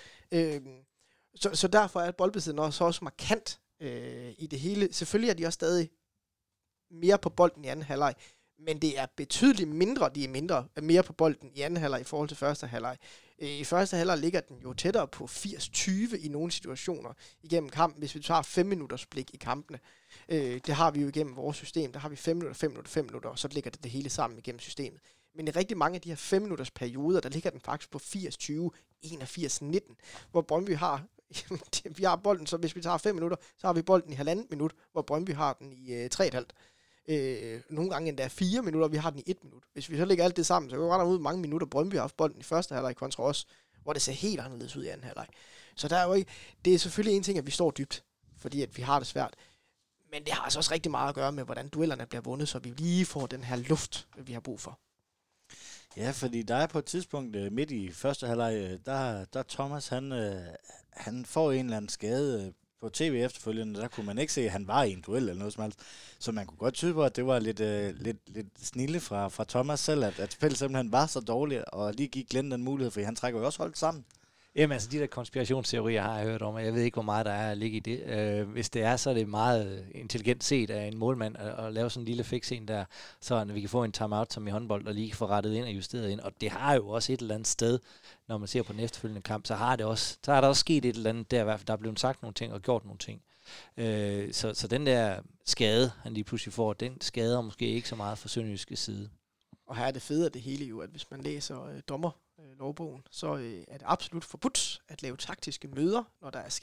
Så derfor er boldbesiddelsen også markant i det hele. Selvfølgelig er de også stadig mere på bolden i anden halvleg, men det er betydeligt mindre, mere på bolden i anden halvleg i forhold til første halvleg. I første halvleg ligger den jo tættere på 80-20 i nogle situationer igennem kampen, hvis vi tager 5 minutters blik i kampene. Det har vi jo igennem vores system, der har vi 5 minutter, og så ligger det hele sammen igennem systemet. Men i rigtig mange af de her 5 minutters perioder, der ligger den faktisk på 80-20, 81-19, hvor Brøndby har, vi har bolden, så hvis vi tager 5 minutter, så har vi bolden i 1,5 minut, hvor Brøndby har den i 3,5. Nogle gange endda 4 minutter, vi har den i 1 minut. Hvis vi så lægger alt det sammen, så går der ud mange minutter, Brøndby har haft bolden i første halvleg kontra os, hvor det ser helt anderledes ud i anden halvleg. Så der er jo ikke, det er selvfølgelig en ting, at vi står dybt, fordi at vi har det svært. Men det har altså også rigtig meget at gøre med, hvordan duellerne bliver vundet, så vi lige får den her luft, vi har brug for. Ja, fordi der er på et tidspunkt midt i første halvleg, der Thomas, han får en eller anden skade på tv efterfølgende, der kunne man ikke se, at han var i en duel eller noget som helst. Så man kunne godt tyde på, at det var lidt snille fra Thomas selv, at spillet simpelthen var så dårligt, og lige gik Glenn den mulighed, for han trækker jo også holdt sammen. Jamen altså, de der konspirationsteorier har jeg hørt om, og jeg ved ikke, hvor meget der er at ligge i det. Hvis det er, så er det meget intelligent set af en målmand at lave sådan en lille fix en der, så vi kan få en timeout som i håndbold, og lige få rettet ind og justeret ind. Og det har jo også et eller andet sted, når man ser på den efterfølgende kamp, så har der også sket et eller andet der, i hvert fald der er blevet sagt nogle ting og gjort nogle ting. Så den der skade, han lige pludselig får, den skader måske ikke så meget fra sønderjyske side. Og her er det fede af det hele jo, at hvis man læser dommerlovbogen, så er det absolut forbudt at lave taktiske møder, når der er skader.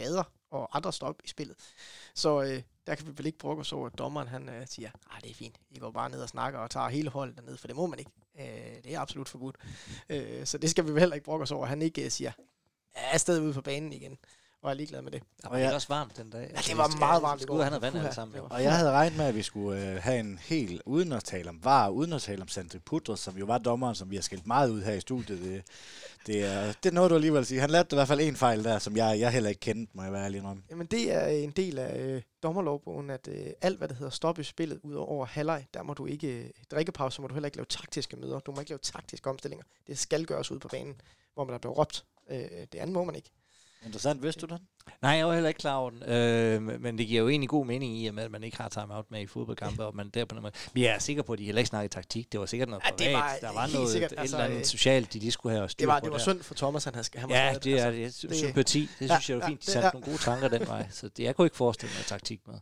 og andre stop i spillet. Så der kan vi vel ikke brokke os over, at dommeren han siger, det er fint, I går bare ned og snakker og tager hele holdet derned, for det må man ikke. Det er absolut forbudt. Så det skal vi vel heller ikke brokke os over, at han ikke siger, afsted ude på banen igen. Og jeg er ligeglad med det. Og det var også varmt den dag. Ja, det var meget varmt. Skulle han have vand alle sammen. Og jeg havde regnet med, at vi skulle have en hel, uden at tale om VAR, uden at tale om Sandri Pudros, som jo var dommeren, som vi har skilt meget ud her i studiet. Det er noget, du alligevel siger. Han lavede i hvert fald en fejl der, som jeg heller ikke kendte, må jeg være ærlig om. Jamen det er en del af dommerlovbogen, at alt, hvad der hedder stop i spillet, ud over halvleg, der må du ikke drikkepause, så må du heller ikke lave taktiske møder. Du må ikke lave taktiske omstillinger. Det skal gøres ude på banen, hvor man der bliver råbt. Det andet må man ikke. Interessant, vidste du det? Nej, jeg var heller ikke klar over den. Men det giver jo egentlig god mening i, at man ikke har timeout med i fodboldkampe, og man der på noget. Vi er sikre på, at de heller ikke snakkede taktik. Det var sikkert noget privat. Der var noget sikkert, et eller andet socialt, de skulle have styr på. Det var synd for Thomas, han var ja, det er det. Sympati. Det synes jeg er fint. De satte nogle gode tanker den vej. Så jeg kunne ikke forestille mig taktik med.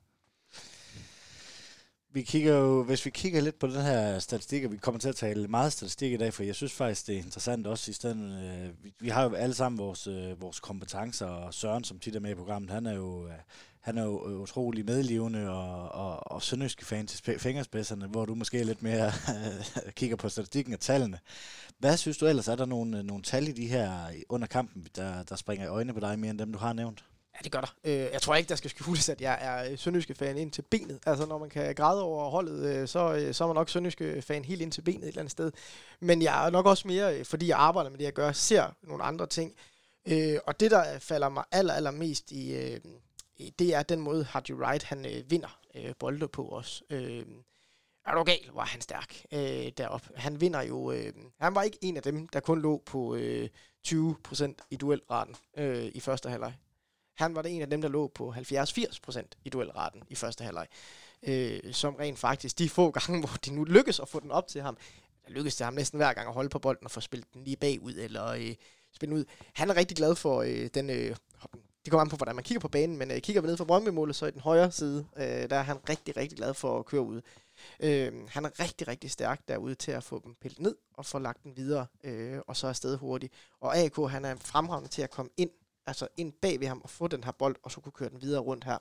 Hvis vi kigger lidt på den her statistik, og vi kommer til at tale meget statistik i dag, for jeg synes faktisk, det er interessant også i stedet. Vi har jo alle sammen vores kompetencer, og Søren, som tit er med i programmet, han er jo utrolig medlivende og sønderjyske fan til fingerspidserne, hvor du måske lidt mere kigger på statistikken og tallene. Hvad synes du ellers? Er der nogle tal i de her under kampen, der springer i øjnene på dig mere end dem, du har nævnt? Ja, det gør der. Jeg tror ikke, der skal skjules, at jeg er sønderjyske fan ind til benet. Altså, når man kan græde over holdet, så er man nok sønderjyske fan helt ind til benet et eller andet sted. Men jeg er nok også mere, fordi jeg arbejder med det, jeg gør, ser nogle andre ting. Og det, der falder mig allermest i, det er den måde, Haji Wright, han vinder bolde på os. Er du gal, var han stærk deroppe. Han vinder jo... han var ikke en af dem, der kun lå på 20% i duelraten i første halvleg. Han var en af dem, der lå på 70-80% i duelraten i første halvleg. Som rent faktisk de få gange, hvor de nu lykkes at få den op til ham, der lykkes det ham næsten hver gang at holde på bolden og få spillet den lige bagud eller spille ud. Han er rigtig glad for den... det kommer an på, hvordan man kigger på banen, men kigger vi ned fra Brøndby-målet, så i den højre side, der er han rigtig, rigtig glad for at køre ud. Han er rigtig, rigtig stærk derude til at få dem pillet ned og få lagt den videre, og så afsted hurtigt. Og AK, han er fremragende til at komme ind bag ved ham og få den her bold, og så kunne køre den videre rundt her.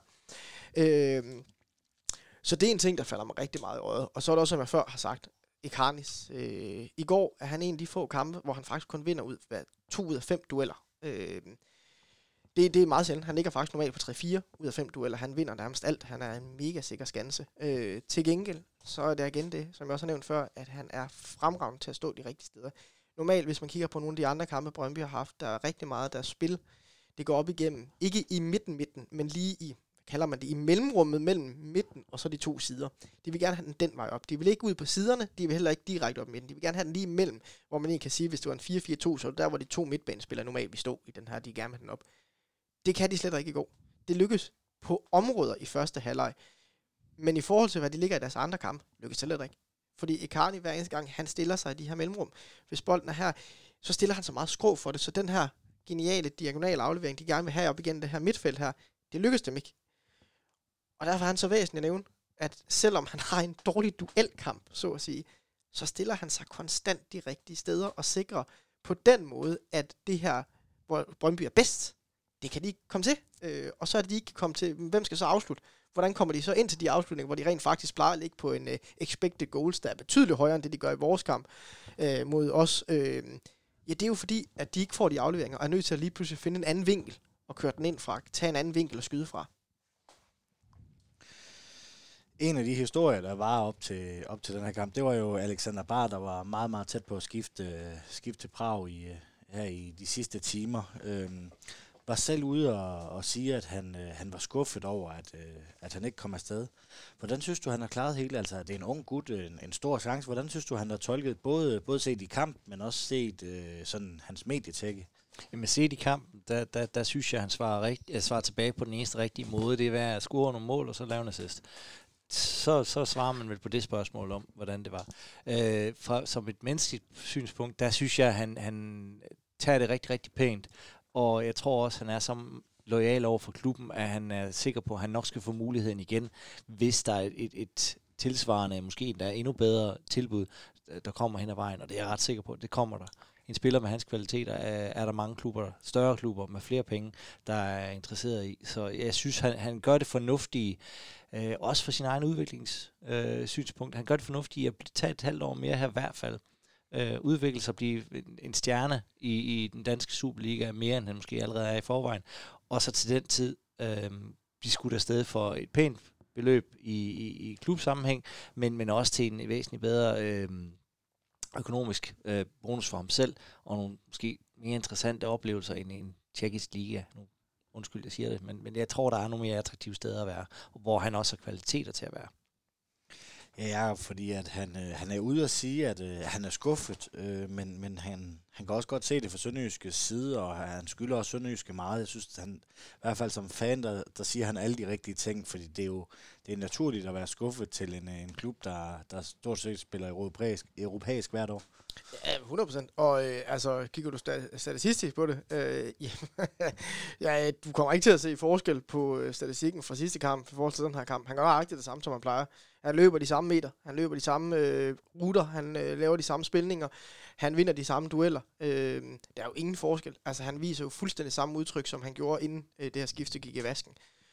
Så det er en ting, der falder mig rigtig meget i øjet. Og så er det også, som jeg før har sagt, Ikanis. I går er han en af de få kampe, hvor han faktisk kun vinder ud af 2 ud af 5 dueller. Det er meget sjældent. Han ligger faktisk normalt på 3-4 ud af 5 dueller. Han vinder nærmest alt. Han er en mega sikker skanse. Til gengæld, så er det igen det, som jeg også har nævnt før, at han er fremragende til at stå de rigtige steder. Normalt, hvis man kigger på nogle af de andre kampe, Brøndby har haft, der er rigtig meget af deres spil. Det går op igennem, ikke i midten, men lige i, hvad kalder man det, i mellemrummet mellem midten og så de to sider. De vil gerne have den vej op. De vil ikke ud på siderne, de vil heller ikke direkte op midten. De vil gerne have den lige imellem, hvor man ikke kan sige, hvis det var en 4-4-2, så der hvor de to midtbanespillere normalt vil stå i den her, de gerne vil have den op. Det kan de slet ikke i går. Det lykkes på områder i første halvleg, men i forhold til, hvad de ligger i deres andre kamp, lykkes det slet ikke. Fordi Icardi hver eneste gang, han stiller sig i de her mellemrum. Hvis bolden er her, så stiller han så meget skrå for det, så den her geniale diagonale aflevering, de gerne vil have op igen det her midtfelt her, det lykkes dem ikke. Og derfor er han så væsentligt at nævne, at selvom han har en dårlig duelkamp, så at sige, så stiller han sig konstant de rigtige steder og sikrer på den måde, at det her, hvor Brøndby er bedst, det kan de ikke komme til. Og så er det, de ikke kan komme til, hvem skal så afslutte? Hvordan kommer de så ind til de afslutninger, hvor de rent faktisk plejer at ligge på en expected goals, der er betydeligt højere end det, de gør i vores kamp mod os? Ja, det er jo fordi, at de ikke får de afleveringer, og er nødt til at lige pludselig finde en anden vinkel, og køre den ind fra, tage en anden vinkel og skyde fra. En af de historier, der var op til den her kamp, det var jo Alexander Bard, der var meget, meget tæt på at skifte til Prag her i de sidste timer. Var selv ude og sige, at han var skuffet over, at han ikke kom afsted. Hvordan synes du, han har klaret hele? Altså, det er en ung gut, en stor chance. Hvordan synes du, han har tolket både set i kamp, men også set sådan hans medietække? Jamen set i kampen, der synes jeg, han svarer tilbage på den eneste rigtige måde. Det er at score nogle mål, og så lave en assist. Så svarer man vel på det spørgsmål om, hvordan det var. Som et menneskeligt synspunkt, der synes jeg, han tager det rigtig, rigtig pænt. Og jeg tror også, han er så loyal over for klubben, at han er sikker på, at han nok skal få muligheden igen, hvis der er et tilsvarende, måske der er endnu bedre tilbud, der kommer hen ad vejen, og det er jeg ret sikker på, at det kommer der. en spiller med hans kvaliteter er der mange klubber, større klubber med flere penge, der er interesseret i. Så jeg synes, han gør det fornuftige, også for sin egen udviklingssynspunkt. Han gør det fornuftige at tage et halvt år mere her i hvert fald. Udvikle sig og blive en stjerne i den danske Superliga, mere end han måske allerede er i forvejen. Og så til den tid blive skudt afsted for et pænt beløb i klubsammenhæng, men også til en væsentligt bedre økonomisk bonus for ham selv, og nogle måske mere interessante oplevelser end en tjekkisk liga. Nu, undskyld, jeg siger det, men jeg tror, der er nogle mere attraktive steder at være, hvor han også har kvaliteter til at være. Ja, fordi at han er ude at sige, at han er skuffet, men han kan også godt se det fra Sønderjyske side, og han skylder også Sønderjyske meget. Jeg synes, at han, i hvert fald som fan, der siger han alle de rigtige ting, fordi det er naturligt at være skuffet til en klub, der stort set spiller europæisk hvert år. Ja, 100%. Og kigger du statistisk på det, du kommer ikke til at se forskel på statistikken fra sidste kamp i forhold til den her kamp. Han gør nøjagtigt det samme, som han plejer. Han løber de samme meter, han løber de samme ruter, han laver de samme spilninger, han vinder de samme dueller. Der er jo ingen forskel. Altså, han viser jo fuldstændig samme udtryk, som han gjorde, inden det her skifte gik i vasken.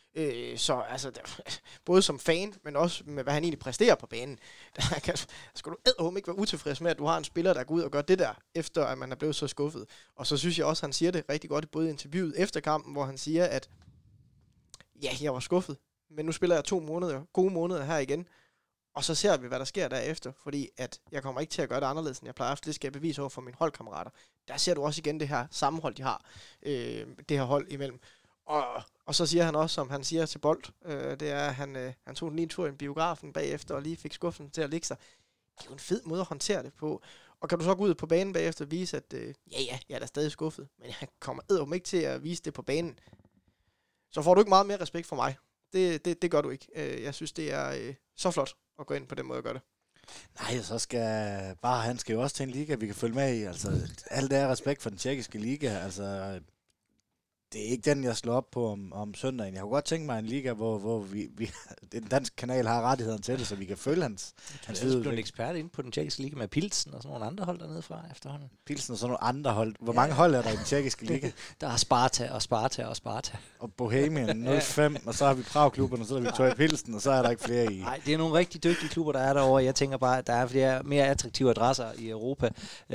Både som fan, men også med, hvad han egentlig præsterer på banen, der skal du ikke være utilfreds med, at du har en spiller, der går ud og gør det der, efter at man er blevet så skuffet. Og så synes jeg også, at han siger det rigtig godt, både i interviewet efter kampen, hvor han siger, at ja, jeg var skuffet, men nu spiller jeg 2 gode måneder her igen, og så ser vi, hvad der sker derefter, fordi at jeg kommer ikke til at gøre det anderledes, end jeg plejer, for det skal jeg bevise over for mine holdkammerater. Der ser du også igen det her sammenhold, de har, det her hold imellem. Og så siger han også, som han siger til Bold, det er, at han tog en lige tur i biografen bagefter, og lige fik skuffen til at ligge sig. Det er jo en fed måde at håndtere det på. Og kan du så gå ud på banen bagefter og vise, at jeg er da stadig skuffet, men jeg kommer ikke til at vise det på banen, så får du ikke meget mere respekt for mig. Det gør du ikke. Jeg synes, det er så flot at gå ind på den måde at gøre det. Nej, så han skal jo også til en liga, vi kan følge med i. Altså, alt det er respekt for den tjekkiske liga. Altså, det er ikke den, jeg slår op på om søndagen. Jeg kunne godt tænke mig en liga, hvor vi den danske kanal har rettigheden til det, så vi kan følge hans videre. Du er en ekspert inde på den tjekkiske liga med Pilsen og sådan nogle andre hold dernede fra efterhånden. Pilsen og sådan nogle andre hold. Hvor mange hold er der i den tjekkiske liga? Der er Sparta. Og Bohemian 05, og så har vi Prag-klubberne, og så har vi Tøj Pilsen, og så er der ikke flere i. Nej, det er nogle rigtig dygtige klubber, der er derovre. Jeg tænker bare, at der er flere mere attraktive adresser i Europa,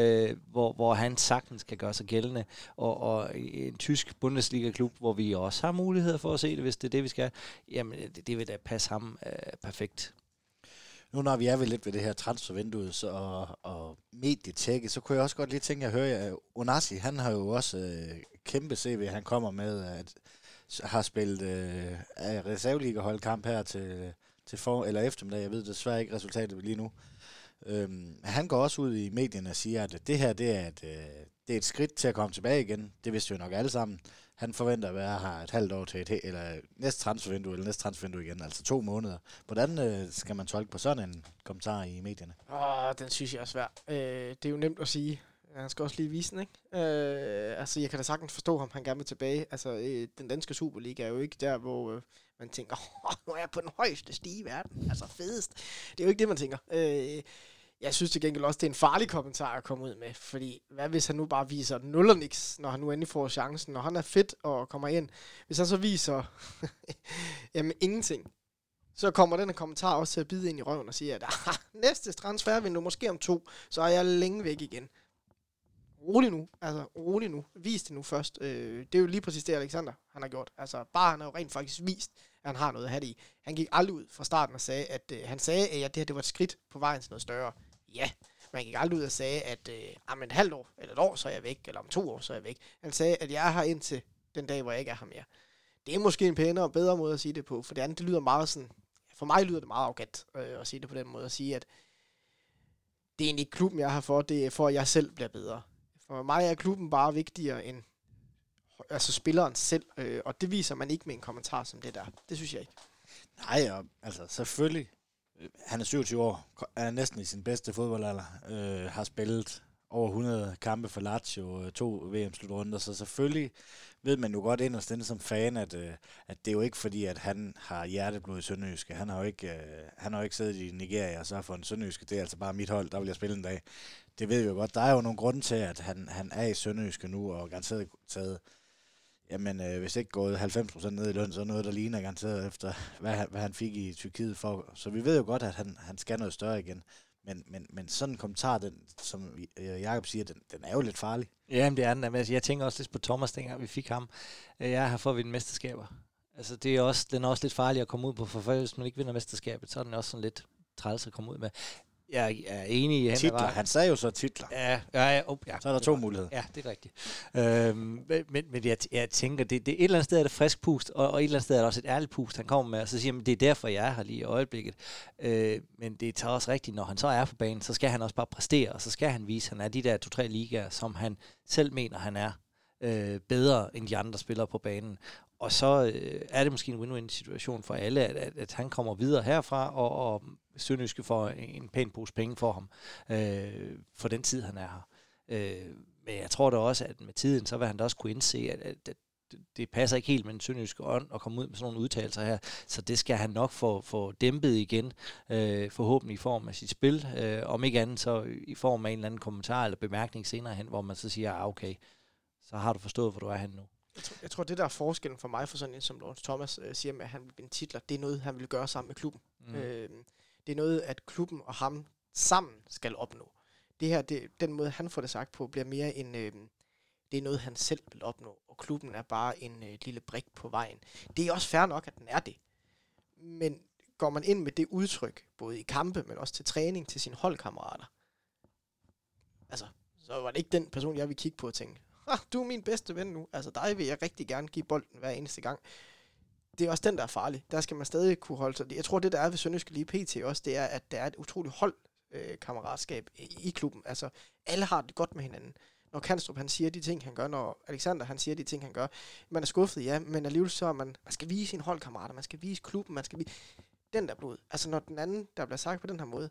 hvor han sagtens kan gøre sig gældende. Og en tysk Bundesliga-klub, hvor vi også har muligheder for at se det, hvis det er det, vi skal. Jamen, det vil da passe ham perfekt. Nu når vi er lidt ved det her transfervindue og medietjekket, så kunne jeg også godt lige tænke at høre, at Onasi, han har jo også kæmpe CV, han kommer med, at har spillet reserveligaholdkamp her til eller eftermiddag. Jeg ved desværre ikke resultatet lige nu. Han går også ud i medierne og siger, at det her det er et skridt til at komme tilbage igen. Det vidste vi jo nok alle sammen. Han forventer at være her et halvt år til næste transfervindue igen, altså 2 måneder. Hvordan skal man tolke på sådan en kommentar i medierne? Den synes jeg er svær. Det er jo nemt at sige. Han skal også lige vise den, ikke? Jeg kan da sagtens forstå ham, han gerne vil tilbage. Den danske Superliga er jo ikke der, hvor man tænker, nu er jeg på den højeste stige i verden. Altså fedest. Det er jo ikke det, man tænker. Jeg synes til gengæld også, det er en farlig kommentar at komme ud med, fordi hvad hvis han nu bare viser 0 og niks, når han nu endelig får chancen, når han er fedt og kommer ind. Hvis han så viser jamen ingenting, så kommer den her kommentar også til at bide ind i røven og sige, at næste transfervindue, måske om 2, så er jeg længe væk igen. Rolig nu. Vis det nu først. Det er jo lige præcis det, Alexander han har gjort. Han har jo rent faktisk vist, at han har noget at have det i. Han gik aldrig ud fra starten og sagde, at det her det var et skridt på vejen til noget større. Ja, man gik aldrig ud og sagde, at om et halvt år, eller et år, så er jeg væk, eller om 2 år, så er jeg væk. Han sagde, at jeg er her indtil den dag, hvor jeg ikke er her mere. Det er måske en pænere og bedre måde at sige det på, for det andet, det lyder meget sådan, for mig lyder det meget arrogant at sige det på den måde, at sige, at det er egentlig ikke klubben, jeg er her for, det er for, at jeg selv bliver bedre. For mig er klubben bare vigtigere end spilleren selv, og det viser man ikke med en kommentar som det der. Det synes jeg ikke. Nej, selvfølgelig. Han er 27 år, er næsten i sin bedste fodboldalder, har spillet over 100 kampe for Lazio, 2 VM-slutrunder, så selvfølgelig ved man jo godt inderst inde som fan, at det er jo ikke fordi, at han har hjerteblod i Sønderjyske. Han har jo ikke siddet i Nigeria og så for en Sønderjyske, det er altså bare mit hold, der vil jeg spille en dag. det ved vi jo godt. Der er jo nogle grunde til, at han er i Sønderjyske nu, og garanteret taget, jamen hvis ikke gået 90% ned i løn, så er noget, der ligner garanteret efter, hvad han fik i Tyrkiet for. Så vi ved jo godt, at han skal noget større igen. Men sådan en kommentar, den, som Jakob siger, den er jo lidt farlig. Jamen, det er den. Altså, jeg tænker også lidt på Thomas, dengang vi fik ham. Jeg er her for at vinde mesterskaber. Altså, den er også lidt farlig at komme ud på, for hvis man ikke vinder mesterskabet, så er den også sådan lidt træls at komme ud med. Jeg er enig i titler. Han sagde jo så titler. Ja. Så er der 2 muligheder. Ja, det er rigtigt. Men jeg tænker, det et eller andet sted er det frisk pust, og et eller andet sted er det også et ærligt pust, han kommer med, og så siger man, det er derfor, jeg er her lige i øjeblikket. Men det tager også rigtigt, når han så er på banen, så skal han også bare præstere, og så skal han vise, at han er de der 2-3 ligaer, som han selv mener, han er bedre end de andre spillere på banen. Og så er det måske en win-win-situation for alle, at han kommer videre herfra, og Sønderjyske får en pæn pose penge for ham, for den tid, han er her. Men jeg tror da også, at med tiden, så vil han da også kunne indse, at det passer ikke helt med den sønderjyske ånd at komme ud med sådan nogle udtalelser her, så det skal han nok få dæmpet igen, forhåbentlig i form af sit spil, om ikke andet så i form af en eller anden kommentar eller bemærkning senere hen, hvor man så siger, okay, så har du forstået, hvor du er henne nu. Jeg tror, det der er forskellen for mig, for sådan en som Lawrence Thomas siger med, at han vil vinde titler, det er noget, han vil gøre sammen med klubben. Det er noget, at klubben og ham sammen skal opnå. Det her, den måde, han får det sagt på, bliver mere en... det er noget, han selv vil opnå, og klubben er bare en lille brik på vejen. Det er også fair nok, at den er det. Men går man ind med det udtryk, både i kampe, men også til træning, til sine holdkammerater, altså, så var det ikke den person, jeg vil kigge på og tænke, du er min bedste ven nu. Altså, dig vil jeg rigtig gerne give bolden hver eneste gang. Det er også den, der er farlig. Der skal man stadig kunne holde sig. Jeg tror, det der er ved Sønderjyske lige pt. også, det er, at der er et utroligt holdkammeratskab i klubben. Altså, alle har det godt med hinanden. Når Kanstrup, han siger de ting, han gør, når Alexander, han siger de ting, han gør, man er skuffet, ja, men alligevel så man skal vise sine holdkammerater, man skal vise klubben, man skal vise den der blod. Altså, når den anden, der bliver sagt på den her måde,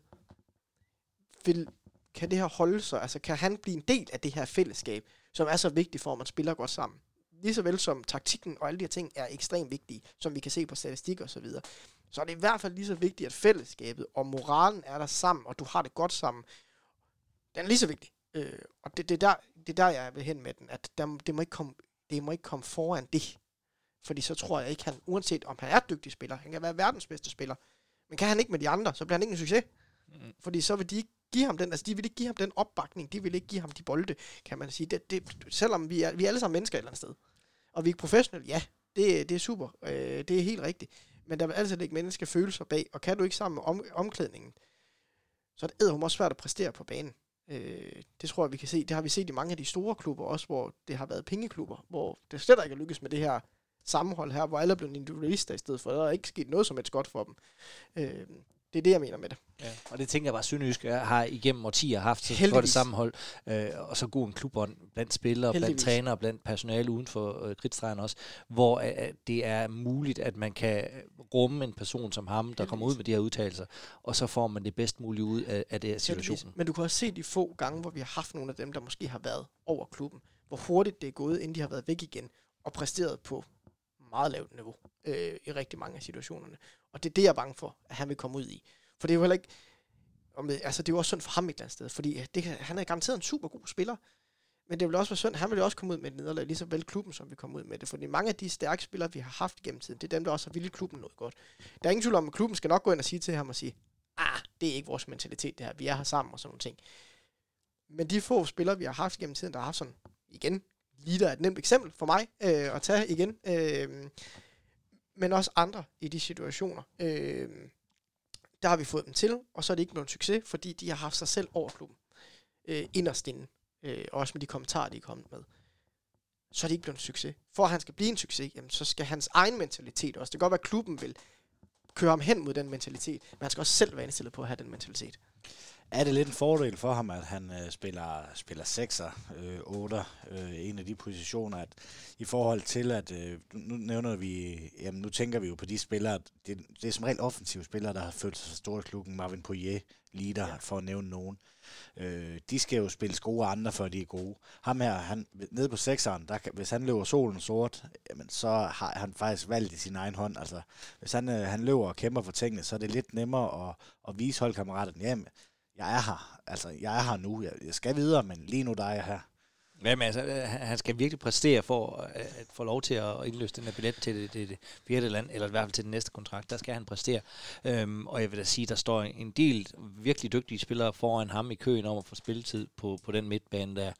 kan det her holde sig, altså kan han blive en del af det her fællesskab, som er så vigtigt for, at man spiller godt sammen. Lige så vel som taktikken og alle de her ting er ekstremt vigtige, som vi kan se på statistik og så videre. Så er det i hvert fald lige så vigtigt, at fællesskabet og moralen er der sammen, og du har det godt sammen. Den er lige så vigtig. Og det er der, jeg vil hen med den, at det må ikke komme foran det. Fordi så tror jeg ikke, han, uanset om han er dygtig spiller, han kan være verdens bedste spiller, men kan han ikke med de andre, så bliver han ikke en succes. Fordi så vil de ikke give ham den, altså de vil ikke give ham den opbakning, de vil ikke give ham de bolde, kan man sige. Selvom vi er alle sammen mennesker et eller andet sted, og vi er professionelle, ja, det er super, det er helt rigtigt, men der vil altid ikke mennesker følelser bag, og kan du ikke sammen med omklædningen, så er det edderhum også svært at præstere på banen. Det tror jeg, vi kan se. Det har vi set i mange af de store klubber også, hvor det har været pengeklubber, hvor det slet ikke er lykkes med det her sammenhold her, hvor alle er blevet individualister i stedet for. Der er ikke sket noget som helst godt for dem. Det er det, jeg mener med det. Ja, og det tænker jeg bare, Sønderjysk har igennem årtier haft så godt et sammenhold, og så god en klubånd blandt spillere, blandt trænere, blandt personale uden for kridtstregen også, hvor det er muligt, at man kan rumme en person som ham, der kommer ud med de her udtalelser, og så får man det bedst mulige ud af det her situation. Men du kan også se de få gange, hvor vi har haft nogle af dem, der måske har været over klubben, hvor hurtigt det er gået, inden de har været væk igen, og præsteret på meget lavt niveau i rigtig mange af situationerne. Og det er det, jeg er bange for, at han vil komme ud i. For det er jo heller ikke... Altså, det er jo også synd for ham et eller andet sted, fordi han er garanteret en super god spiller, men det vil også være synd, han vil jo også komme ud med et nederlag, lige så vel klubben, som vi kommer ud med det. Fordi mange af de stærke spillere, vi har haft gennem tiden, det er dem, der også har vildt klubben noget godt. Der er ingen tvivl om, at klubben skal nok gå ind og sige til ham og sige, det er ikke vores mentalitet det her, vi er her sammen og sådan nogle ting. Men de få spillere, vi har haft gennem tiden, der har haft sådan, igen, Lider er et nemt eksempel for mig at tage igen, men også andre i de situationer. Der har vi fået dem til, og så er det ikke nogen succes, fordi de har haft sig selv over klubben inderst inde, også med de kommentarer, de er kommet med. Så er det ikke blevet en succes. For at han skal blive en succes, jamen, så skal hans egen mentalitet også. Det kan godt være, at klubben vil køre ham hen mod den mentalitet, men han skal også selv være indstillet på at have den mentalitet. Er det lidt en fordel for ham, at han spiller 6'er, 8'er, en af de positioner, at i forhold til, at nu nævner vi, jamen nu tænker vi jo på de spillere, det er som regel offensive spillere, der har følt sig så store i klubben, Marvin Poirier, Lider, for at nævne nogen. De skal jo spille gode andre, før de er gode. Ham her, nede på 6'eren, hvis han løber solen sort, jamen, så har han faktisk valgt i sin egen hånd. Altså, hvis han løber og kæmper for tingene, så er det lidt nemmere at vise holdkammeraterne, jamen, jeg er her. Altså, jeg er her nu. Jeg skal videre, men lige nu der er jeg her. Jamen altså, han skal virkelig præstere for at få lov til at indløse den her billet til det fjerde land, eller i hvert fald til den næste kontrakt. Der skal han præstere. Og jeg vil da sige, der står en del virkelig dygtige spillere foran ham i køen om at få spilletid på den midtbane der.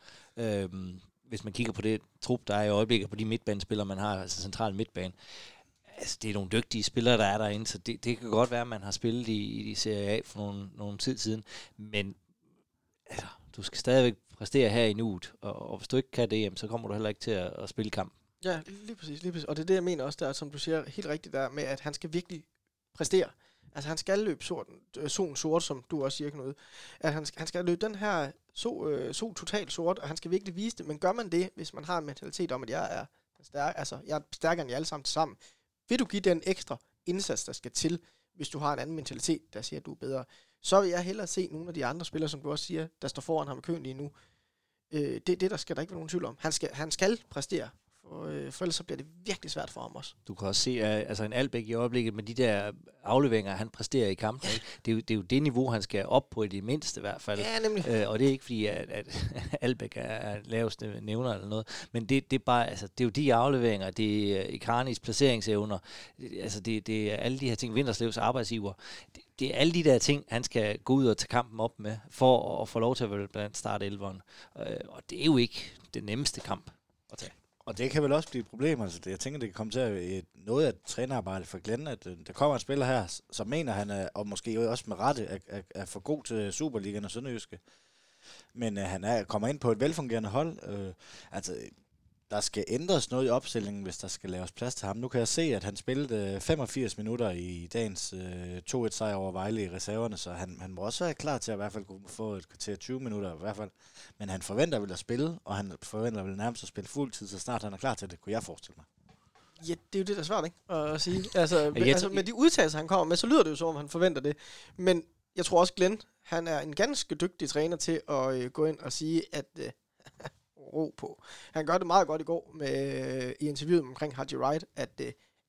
Hvis man kigger på det trup, der er i øjeblikket på de midtbanespillere, man har, altså central midtbane. Altså, det er nogle dygtige spillere, der er derinde, så det kan godt være, at man har spillet i Serie A for nogle tid siden, men altså, du skal stadigvæk præstere her i nuet, og hvis du ikke kan det, så kommer du heller ikke til at spille kamp. Ja, lige præcis. Og det er det, jeg mener også, der, som du siger helt rigtigt der, med at han skal virkelig præstere. Altså, han skal løbe solen sort, som du også siger, Knud. At han skal løbe den her sol totalt sort, og han skal virkelig vise det. Men gør man det, hvis man har en mentalitet om, at jeg er jeg er stærkere end jer alle sammen, vil du give den ekstra indsats, der skal til, hvis du har en anden mentalitet, der siger, at du er bedre, så vil jeg hellere se nogle af de andre spillere, som du også siger, der står foran ham i køen lige nu. Det der skal der ikke være nogen tvivl om. Han skal præstere, for ellers så bliver det virkelig svært for ham også. Du kan også se, altså en Albeck i øjeblikket med de der afleveringer, han præsterer i kampen. Ja. Det er jo det niveau, han skal op på i det mindste i hvert fald. Ja, nemlig. Og det er ikke fordi, at Albeck er laveste nævner eller noget, men det er bare, altså det er jo de afleveringer, det er Ikanis placeringsevner, altså det er alle de her ting, Vinterslevs arbejdsgiver. Det er alle de der ting, han skal gå ud og tage kampen op med, for at få lov til at være blandt start 11'eren. Og det er jo ikke det nemmeste kamp at tage. Og det kan vel også blive et problem. Altså, jeg tænker, det kan komme til at være noget af et trænerarbejde for Glenn, at der kommer en spiller her, som mener, han er, og måske også med rette, er for god til Superligaen og Sønderjyske. Men han kommer ind på et velfungerende hold. Altså, der skal ændres noget i opstillingen, hvis der skal laves plads til ham. Nu kan jeg se, at han spillede 85 minutter i dagens 2-1-sejr over Vejle i reserverne, så han må også være klar til at i hvert fald kunne få et kvarter 20 minutter i hvert fald. Men han forventer vel at spille, og han forventer vel nærmest at spille fuldtid, så snart han er klar til det, kunne jeg forestille mig. Ja, det er jo det, der er svært, ikke? At sige. Altså, med de udtalelser, han kommer med, så lyder det jo som om, han forventer det. Men jeg tror også, Glenn, han er en ganske dygtig træner til at gå ind og sige, at ro på. Han gør det meget godt i går i interviewet omkring Haji Wright, at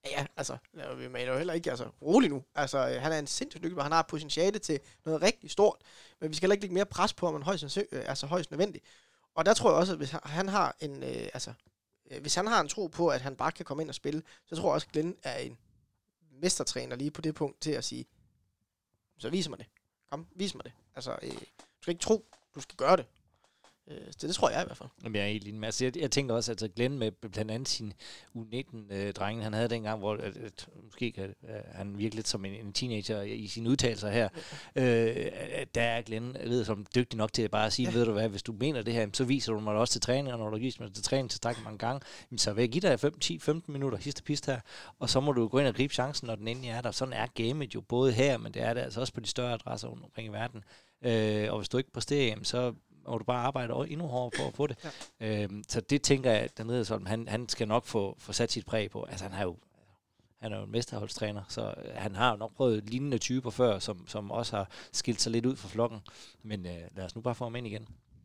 vi mener jo heller ikke, rolig nu. Altså, han er en sindssygt dygtig, og han har potentiale til noget rigtig stort, men vi skal heller ikke lægge mere pres på, om han højst nødvendigt. Og der tror jeg også, at hvis han har hvis han har en tro på, at han bare kan komme ind og spille, så tror jeg også, at Glenn er en mestertræner lige på det punkt til at sige, så vis mig det. Kom, vis mig det. Altså, du skal ikke tro, du skal gøre det. Så det tror jeg i hvert fald. Jamen, jeg er helt enig med. Altså, jeg tænker også, at Glenn med blandt andet sin U19-drenge, han havde dengang, hvor måske kan han virke lidt som en teenager i sine udtalelser her. Der er Glenn som dygtig nok til at bare sige, ved du hvad, hvis du mener det her, så viser du mig det også til træning, og når du giver mig til træning til mange gange, så vil jeg give dig 5-10-15 minutter hist og pist her, og så må du gå ind og gribe chancen, når den endelig er der. Sådan er gamet jo både her, men det er det altså også på de større adresser omkring i verden. Og hvis du ikke præsterer, så og du bare arbejder endnu hårdere for at få det. Ja. Så det tænker jeg, at Daniel Riddersholm, han skal nok få sat sit præg på. Altså han er jo en mesterholdstræner, så han har jo nok prøvet lignende typer før, som også har skilt sig lidt ud fra flokken. Men lad os nu bare få ham ind igen.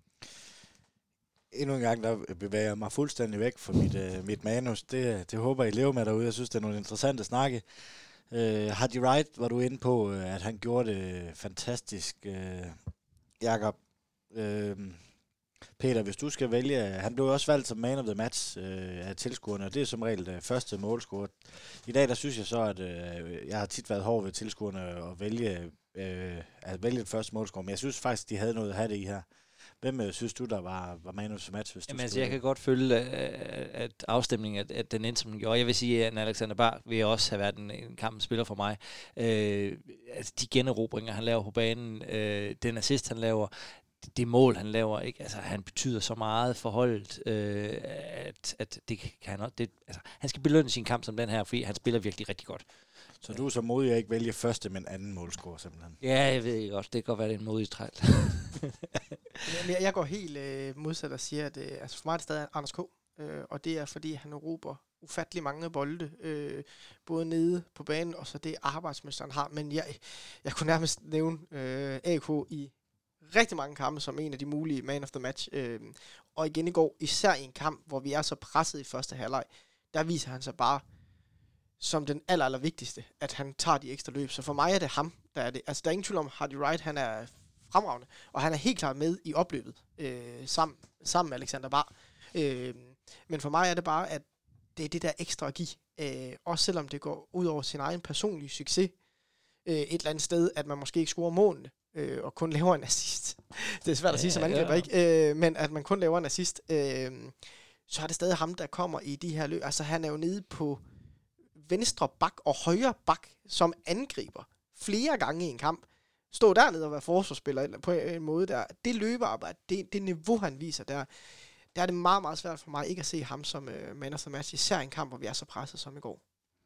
Endnu en gang, der bevæger jeg mig fuldstændig væk fra mit manus. Det håber I lever med derude. Jeg synes, det er nogle interessante snakke. Haji Wright var du inde på, at han gjorde det fantastisk. Jakob, Peter, hvis du skal vælge, han blev også valgt som man of the match af tilskuerne, og det er som regel første målscorer. I dag, der synes jeg så, at jeg har tit været hård ved tilskuerne at vælge et første målscorer, men jeg synes faktisk, de havde noget at have det i her. Hvem synes du, der var man of the match? Hvis Jamen, jeg kan godt følge, at afstemningen, at den endte, som den gjorde. Jeg vil sige, at Alexander Bach vil også have været en kampspiller for mig. Altså, de generobringer, han laver på banen, den assist, han laver, det mål, han laver, ikke? Altså, han betyder så meget for holdet, at det kan han han skal belønne sin kamp som den her, fordi han spiller virkelig rigtig godt. Så du er så modig at ikke vælge første, men anden målscorer simpelthen? Ja, jeg ved godt. Det kan godt være, det er en modig træl. Jeg går helt modsat og siger, at for mig er det stadig Anders K. Og det er, fordi han råber ufattelig mange bolde, både nede på banen, og så det arbejdsmesteren har. Men jeg kunne nærmest nævne AK i rigtig mange kampe som en af de mulige man of the match. Og igen i går, især i en kamp, hvor vi er så presset i første halvleg, der viser han sig bare som den aller vigtigste, at han tager de ekstra løb. Så for mig er det ham, der er det. Altså, der er ingen tvivl om, Haji Wright, han er fremragende. Og han er helt klart med i opløbet, sammen med Alexander Bar. Men for mig er det bare, at det er det der ekstra at give. Også selvom det går ud over sin egen personlige succes, et eller andet sted, at man måske ikke scorer målene, og kun laver en assist. Det er svært at sige som angriber, ikke? Men at man kun laver en assist, så er det stadig ham, der kommer i de her løb. Altså han er jo nede på venstre bak og højre bak som angriber flere gange i en kamp. Stå dernede og være forsvarsspiller på en måde der. Det løbearbejde, det niveau han viser der er det meget, meget svært for mig ikke at se ham som man of the match, især en kamp, hvor vi er så presset som i går.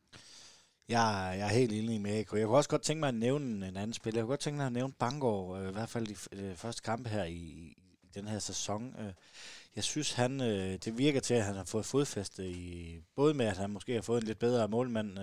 Jeg er helt enig med AK. Jeg kunne også godt tænke mig at nævne en anden spiller. Jeg kunne godt tænke mig at nævne Bangor, i hvert fald de første kampe her i den her sæson. Jeg synes, det virker til, at han har fået fodfæste i, både med, at han måske har fået en lidt bedre målmand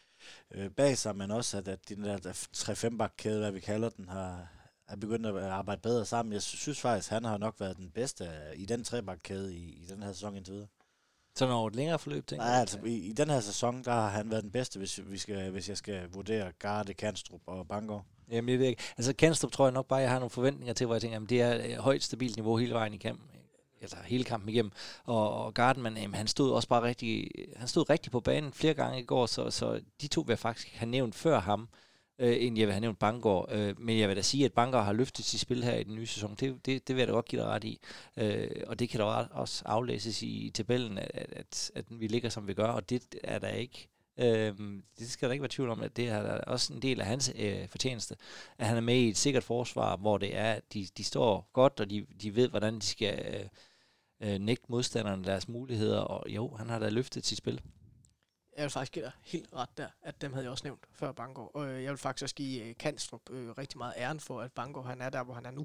bag sig, men også, at den der 3-5-bakkæde, hvad vi kalder den, er begyndt at arbejde bedre sammen. Jeg synes faktisk, han har nok været den bedste i den 3-bakkæde i den her sæson indtil videre. Sådan over et længere forløb, tænker jeg? Nej, altså i den her sæson, der har han været den bedste, hvis jeg skal vurdere Garde, Kanstrup og Bangor. Jamen, jeg ved ikke. Altså, Kanstrup tror jeg nok bare, jeg har nogle forventninger til, hvor jeg tænker, at det er højt stabilt niveau hele vejen i kampen. Eller hele kampen igennem. Og Gardenman, han stod også bare rigtig på banen flere gange i går, så de to vil jeg faktisk have nævnt før ham, end jeg vil have nævnt Bangor. Men jeg vil da sige, at Bangor har løftet sit spil her i den nye sæson. Det vil jeg da godt give dig ret i. Og det kan da også aflæses i tabellen, at vi ligger, som vi gør. Og det er der ikke. Det skal der ikke være tvivl om, at det er også en del af hans fortjeneste. At han er med i et sikkert forsvar, hvor det er, at de står godt, og de ved, hvordan de skal nægte modstanderne deres muligheder. Og jo, han har da løftet sit spil. Jeg vil faktisk give dig helt ret der, at dem havde jeg også nævnt før Bangor. Og jeg vil faktisk også give Kanstrup rigtig meget æren for, at Bangor han er der, hvor han er nu.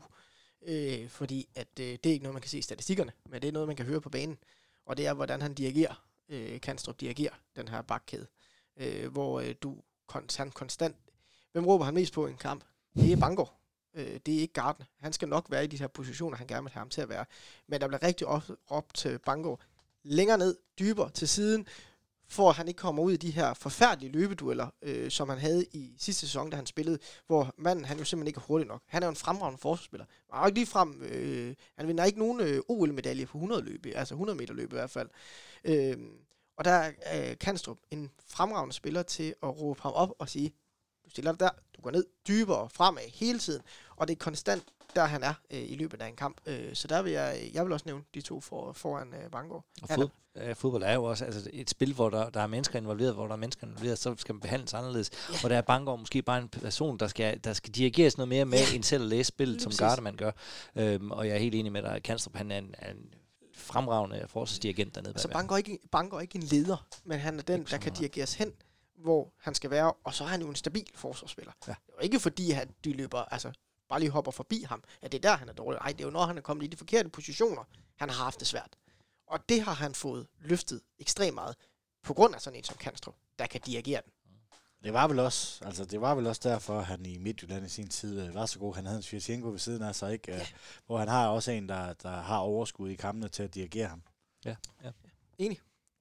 Fordi at det er ikke noget, man kan se i statistikkerne, men det er noget, man kan høre på banen. Og det er, hvordan han dirigerer, Kanstrup dirigerer den her bakkæde. Hvor han konstant... Hvem råber han mest på i en kamp? Det er Bangor. Det er ikke Gardner. Han skal nok være i de her positioner, han gerne vil have ham til at være. Men der bliver rigtig råbt til Bangor længere ned, dybere til siden, for at han ikke kommer ud i de her forfærdelige løbedueller, som han havde i sidste sæson, da han spillede, hvor manden, han jo simpelthen ikke er hurtig nok. Han er jo en fremragende forsvarsspiller. Han er ikke ligefrem, han vinder ikke nogen OL-medalje på 100 løb, altså 100 meter løb i hvert fald. Og der er Kanstrup en fremragende spiller til at råbe ham op og sige, du stiller dig der, du går ned dybere fremad hele tiden, og det er konstant, der han er i løbet af en kamp. Så der vil jeg vil også nævne de to foran Bangor. Fodbold er jo også altså et spil, hvor der er mennesker involveret, så skal man behandles anderledes. Ja. Og der er Bangor måske bare en person, der skal dirigeres noget mere med, end selv at læse spillet, som Gardeman gør. Og jeg er helt enig med dig, at Kanstrup, han er en fremragende forsvarsdirigent dernede. Så Bangor er ikke en leder, men han er den, der kan dirigeres hen, hvor han skal være, og så er han jo en stabil forsvarsspiller. Ja. Det er ikke fordi, at de løber, altså bare lige hopper forbi ham, at det er der, han er dårlig. Nej, det er jo når han er kommet i de forkerte positioner, han har haft det svært. Og det har han fået løftet ekstremt meget, på grund af sådan en som Kanstrup, der kan dirigere den. Det var vel også derfor, at han i Midtjylland i sin tid var så god. Han havde en Svirtjenko ved siden af sig, ikke? Ja. Hvor han har også en, der har overskud i kampene til at dirigere ham. Ja. Enig.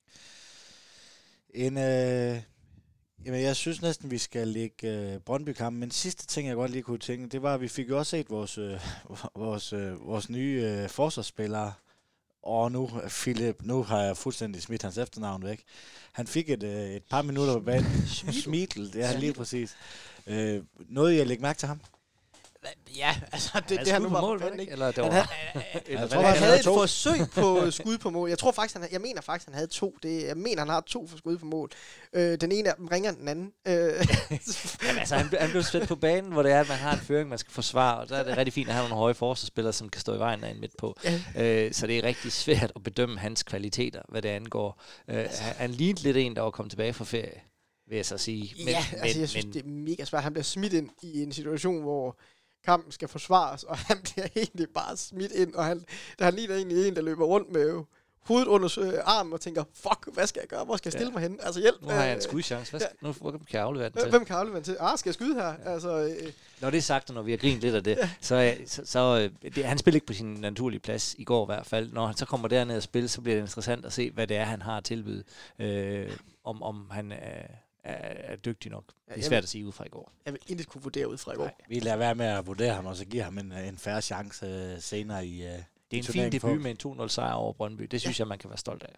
Jamen, jeg synes næsten, vi skal lægge Brøndby-kampen. Men sidste ting, jeg godt lige kunne tænke, det var, at vi fik jo også set vores nye forsvarsspillere. Og nu, Philip, nu har jeg fuldstændig smidt hans efternavn væk. Han fik et par minutter på banen. Schmidl, det er han lige præcis. Noget, jeg lægger mærke til ham? Ja, altså det han nu var på banen, ikke? Eller det var... Han havde et forsøg på skud på mål. Jeg mener faktisk, han havde to. Jeg mener, han har 2 for skud på mål. Den ene af dem ringer den anden. Jamen, altså, han blev sat på banen, hvor det er, at man har en føring, man skal forsvare, og så er det rigtig fint at have nogle høje forsvarsspillere, som kan stå i vejen af en midt på. Så det er rigtig svært at bedømme hans kvaliteter, hvad det angår. Han lignede lidt en, der var kommet tilbage fra ferie, vil jeg så sige. Jeg synes, det er mega svært. Han bliver smidt ind i en situation, hvor kampen skal forsvares, og han bliver egentlig bare smidt ind, og han ligner egentlig en, der løber rundt med hovedet under armen og tænker, fuck, hvad skal jeg gøre? Hvor skal jeg stille mig hen? Altså hjælp. Nu har jeg en skudchance. Hvor kan jeg aflevere den til? Hvem kan aflevere den til? Skal jeg skyde her? Altså, Når det er sagt, og når vi har grint lidt af det, så han spiller ikke på sin naturlige plads i går i hvert fald. Når han så kommer derned og spiller, så bliver det interessant at se, hvad det er, han har at tilbyde. Om han er dygtig nok. Det er jeg svært at sige ud fra i går. Jeg vil intet kunne vurdere ud fra i går. Nej, vi lader være med at vurdere ham, og så giver ham en færre chance senere i Det er en fin turneringen debut med en 2-0 sejr over Brøndby. Det synes jeg, man kan være stolt af.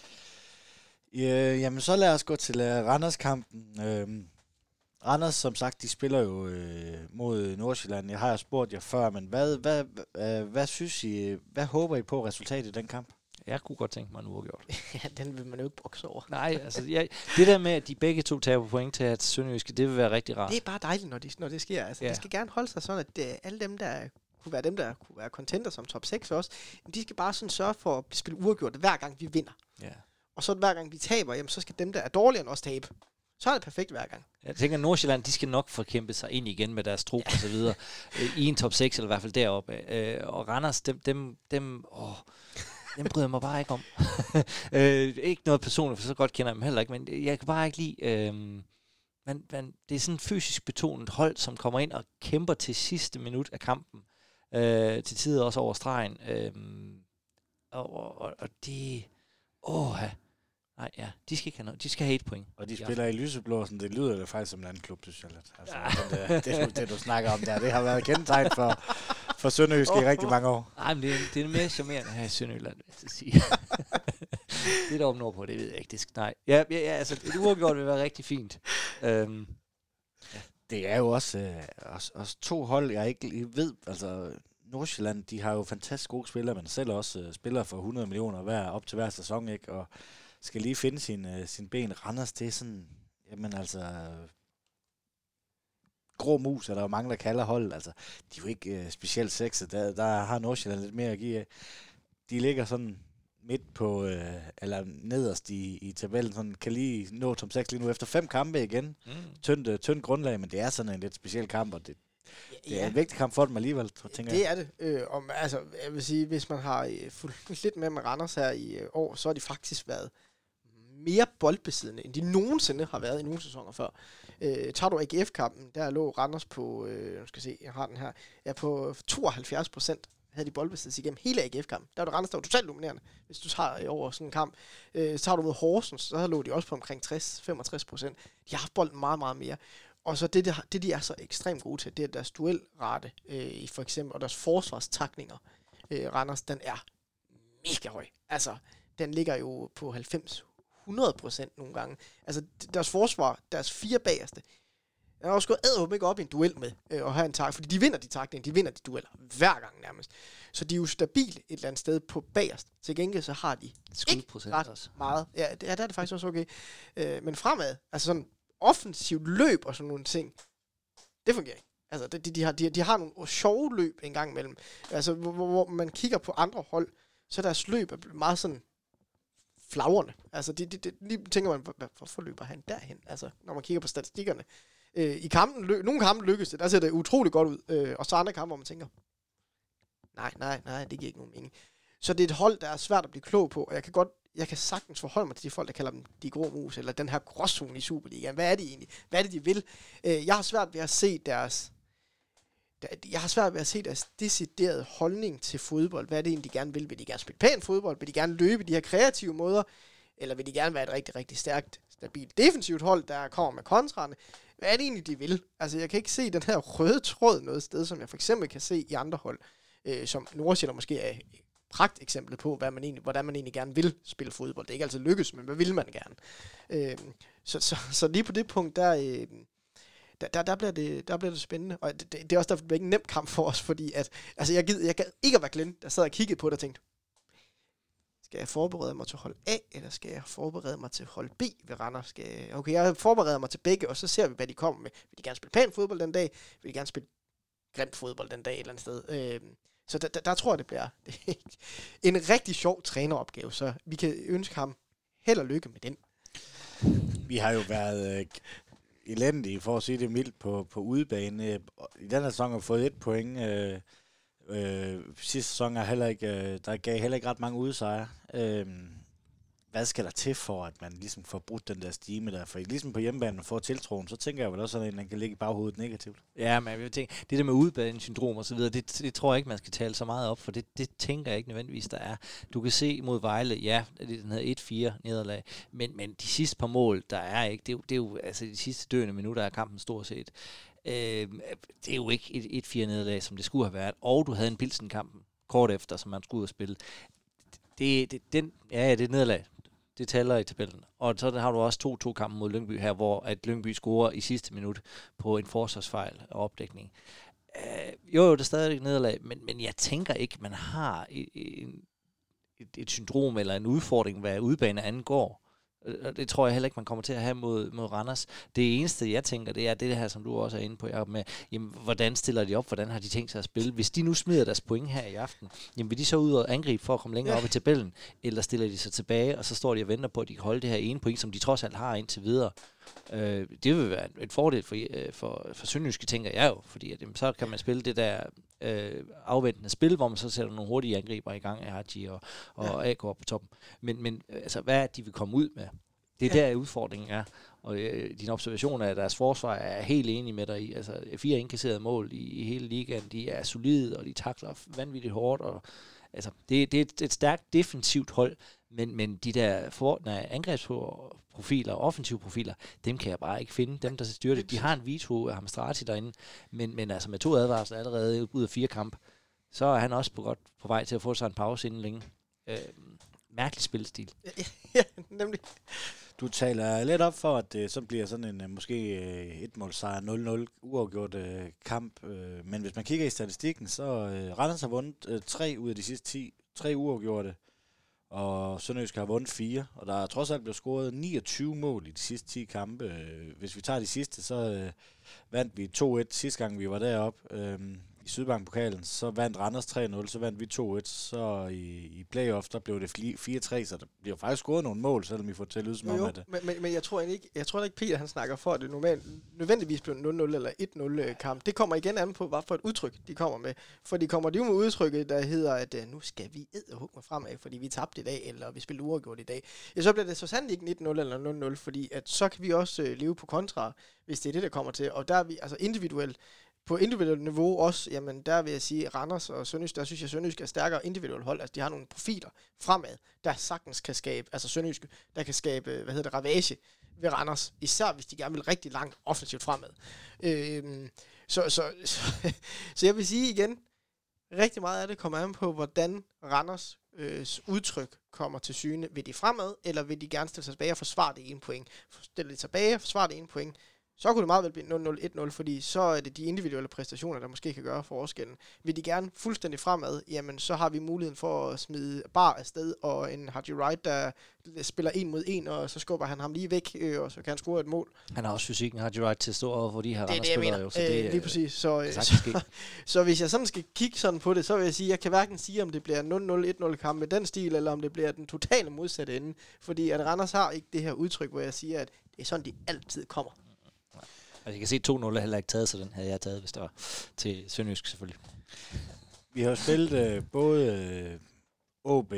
Jamen, så lad os gå til Randers-kampen. Randers, som sagt, de spiller jo mod Nordsjælland. Jeg har jo spurgt jer før, men hvad synes I, hvad håber I på resultatet i den kamp? Jeg kunne godt tænke mig en uafgjort. Ja, den vil man jo ikke bokse over. Nej, altså det der med, at de begge to taber point til at Sønderjyske, det vil være rigtig rart. Det er bare dejligt, når det sker. Altså, Ja. Det skal gerne holde sig sådan, at alle dem, der kunne være contender som top 6 også, de skal bare sådan sørge for at spille uafgjort, hver gang vi vinder. Ja. Og så hver gang vi taber, jamen, så skal dem, der er dårligere end os, tabe. Så er det perfekt hver gang. Jeg tænker, at Nordsjælland, de skal nok få kæmpet sig ind igen med deres trup og så videre, i en top 6, eller i hvert fald deroppe. Og Randers, dem bryder jeg mig bare ikke om. Ikke noget personligt, for så godt kender jeg dem heller ikke, men jeg kan bare ikke lide... det er sådan et fysisk betonet hold, som kommer ind og kæmper til sidste minut af kampen. Til tider også over stregen. Og de... Nej, ja, de skal ikke have noget. De skal have 1 point. Og de spiller i lyseblå, sådan det lyder det faktisk som en anden klub, synes jeg lidt. Altså, det du snakker om der, det har været kendetegn for Sønderjysk i rigtig mange år. Nej, men det er mere charmerende her i Sønderjylland, vil jeg sige. Det er der om nordpå, det ved jeg ikke. Nej. Ja, altså, et uafgjort vil være rigtig fint. Det er jo også 2 hold, jeg ikke ved. Altså, Nordsjælland, de har jo fantastisk gode spillere, men selv også spiller for 100 millioner hver op til hver sæson, ikke? Og skal lige finde sin ben. Randers, det er sådan, jamen altså, grå mus, er der jo mange, der kalder hold. Altså, de er jo ikke specielt sexet. Der har Nordsjælland lidt mere at give af. De ligger sådan midt på, eller nederst i tabellen, sådan kan lige nå top 6 lige nu efter 5 kampe igen. Tyndt grundlag, men det er sådan en lidt speciel kamp, og det er en vigtig kamp for dem alligevel, tænker jeg. Det er det. Altså, jeg vil sige, hvis man har fulgt lidt med Randers her i år, så har de faktisk været mere boldbesiddende, end de nogensinde har været i nogle sæsoner før. Tager du AGF-kampen, der lå Randers på, nu skal se, jeg har den her, på 72% havde de boldbesiddelse igennem hele AGF-kampen. Der var det Randers, der var totalt dominerende, hvis du tager over sådan en kamp. Så tager du mod Horsens, så lå de også på omkring 60-65%. De har haft bolden meget, meget mere. Og så det, de er så ekstremt gode til, det er deres duelrate, for eksempel, og deres forsvarstakninger. Randers, den er mega høj. Altså, den ligger jo på 90-100% nogle gange. Altså, deres forsvar, deres 4 bagerste, jeg har også gået ikke op i en duel med at have en tak, fordi de vinder de takninger, de vinder de dueller hver gang nærmest. Så de er jo stabile et eller andet sted på bagerst. Til gengæld så har de skudprocent ret også meget. Ja, der er det faktisk også okay. Men fremad, altså sådan offensivt løb og sådan nogle ting, det fungerer ikke. Altså, de har nogle sjove løb en gang imellem. Altså, hvor man kigger på andre hold, så deres løb er meget sådan flagrende. Altså, lige tænker man, hvorfor løber han derhen? Altså, når man kigger på statistikkerne. I kampen, nogle kampe lykkes det, der ser det utroligt godt ud. Og så andre kampe, hvor man tænker, nej, det giver ikke nogen mening. Så det er et hold, der er svært at blive klog på, og jeg kan sagtens forholde mig til de folk, der kalder dem de grå mus, eller den her gråzone i Superligaen. Hvad er det egentlig? Hvad er det, de vil? Jeg har svært ved at se deres deciderede holdning til fodbold. Hvad er det egentlig, de gerne vil? Vil de gerne spille pæn fodbold? Vil de gerne løbe de her kreative måder? Eller vil de gerne være et rigtig, rigtig stærkt, stabilt defensivt hold, der kommer med kontrarne? Hvad er det egentlig, de vil? Altså, jeg kan ikke se den her røde tråd noget sted, som jeg for eksempel kan se i andre hold, som Nordsjælland måske er pragt eksempel på, hvordan man egentlig gerne vil spille fodbold. Det er ikke altid lykkes, men hvad vil man gerne? Så lige på det punkt, der bliver det spændende. Og det er også derfor, det bliver ikke en nem kamp for os, fordi at, altså jeg gad ikke at være Glenn, der sad og kiggede på det og tænkte, skal jeg forberede mig til hold A, eller skal jeg forberede mig til hold B ved Randers? Okay, jeg forbereder mig til begge, og så ser vi, hvad de kommer med. Vil de gerne spille pæn fodbold den dag? Vil de gerne spille grimt fodbold den dag et eller andet sted? Så der tror jeg, det bliver en rigtig sjov træneropgave, så vi kan ønske ham held og lykke med den. Vi har jo været elendige, for at sige det mildt, på udebane. I den her sæson har vi fået 1 point. Sidste sæson der gav heller ikke ret mange udesejre. hvad skal der til for, at man ligesom får brudt den der stime der? For ligesom på hjemmebanen får tiltroen, så tænker jeg vel også, at man kan ligge i baghovedet negativt. Ja, men jeg vil tænke, det der med udbanesyndrom og så videre, det tror jeg ikke, man skal tale så meget op, for det tænker jeg ikke nødvendigvis, der er. Du kan se mod Vejle, ja, den hedder 1-4 nederlag, men de sidste par mål, der er ikke, det er jo altså de sidste døende minutter af kampen stort set. Det er jo ikke et 1-4 nederlag, som det skulle have været, og du havde en Pilsen-kampen kort efter, som man skulle ud og spille. Det er et nederlag. Det tæller i tabellen. Og så har du også 2-2 kampen mod Lyngby her, hvor at Lyngby scorer i sidste minut på en forsvarsfejl og opdækning. Jo, det er stadig et nederlag, men jeg tænker ikke, man har et syndrom eller en udfordring, hvad udbane angår. Det tror jeg heller ikke, man kommer til at have mod Randers. Det eneste, jeg tænker, det er det her, som du også er inde på, Jacob, med, jamen, hvordan stiller de op, hvordan har de tænkt sig at spille? Hvis de nu smider deres point her i aften, jamen, vil de så ud og angribe for at komme længere op i tabellen, eller stiller de sig tilbage, og så står de og venter på, at de kan holde det her ene point, som de trods alt har indtil videre. Det vil være en fordel for Sønderjyske, tænker jeg jo, fordi at, jamen, så kan man spille det der afventende spil, hvor man så sætter nogle hurtige angriber i gang af Haji og AK på toppen. Men altså, hvad er det, de vil komme ud med? Det er der udfordringen er. Og din observation af deres forsvar er helt enig med dig i. Altså 4 indkasserede mål i hele ligaen, de er solide, og de takler vanvittigt hårdt. Og, altså, det er et stærkt defensivt hold, men de der angrebsprofiler og offensive profiler, dem kan jeg bare ikke finde. Dem, der styrer det. De har en Vito af Hamstrati derinde, men altså med 2 advarsler allerede ud af 4 kampe, så er han også på vej til at få sig en pause inden længe. Mærkelig spilstil. Ja, nemlig. Du taler lidt op for, at det så bliver sådan en måske etmålsejr 0-0 uafgjort kamp. Men hvis man kigger i statistikken, så Randers har vundet 3 ud af de sidste 10. 3 uafgjorte. Og Sønderjysk har vundet 4. Og der er trods alt blevet scoret 29 mål i de sidste 10 kampe. Hvis vi tager de sidste, så vandt vi 2-1 sidste gang, vi var deroppe. I Sydbank-pokalen, så vandt Randers 3-0, så vandt vi 2-1, så i playoff, der blev det 4-3, så der bliver faktisk scoret nogle mål, selvom vi får til at lyde som om, at det... Men jeg tror ikke, Peter han snakker for, at det nødvendigvis bliver 0-0 eller 1-0 kamp. Det kommer igen an på, hvad for et udtryk de kommer med. For de kommer jo med udtrykket, der hedder, at nu skal vi edderhugge fremad, fordi vi tabte i dag, eller vi spillede uafgjort i dag. Ja, så bliver det så sandelig ikke 1-0 eller 0-0, fordi at så kan vi også leve på kontra, hvis det er det, der kommer til. Og der er vi altså individuelt, på individuelt niveau også, jamen der vil jeg sige, Randers og Sønderjysk, der synes jeg, Sønderjysk er stærkere individuelt hold. Altså de har nogle profiler fremad, der sagtens kan skabe, altså Sønderjysk, der kan skabe, ravage ved Randers, især hvis de gerne vil rigtig langt offensivt fremad. Så jeg vil sige igen, rigtig meget af det kommer an på, hvordan Randers udtryk kommer til syne. Vil de fremad, eller vil de gerne stille sig tilbage og forsvare det ene point? Stille det tilbage og forsvare det ene point. Så kunne det meget vel blive 0-0, 1-0, fordi så er det de individuelle præstationer, der måske kan gøre forskellen. Vil de gerne fuldstændig fremad, jamen så har vi muligheden for at smide Bar afsted, og en Haji Wright, der spiller 1 mod 1, og så skubber han ham lige væk, og så kan han score et mål. Han har også fysikken, Haji Wright, til at stå over for de her Randers-spillere. Jo, så det er lige præcis. Så hvis jeg sådan skal kigge sådan på det, så vil jeg sige, at jeg kan hverken sige, om det bliver 0-0, 1-0 kamp med den stil, eller om det bliver den totale modsatte ende. Fordi at Randers har ikke det her udtryk, hvor jeg siger, at det er sådan, de altid kommer. Altså, jeg kan se 2-0 er heller ikke taget, så den havde jeg taget, hvis det var til Sønderjysk selvfølgelig. Vi har jo spillet både OB,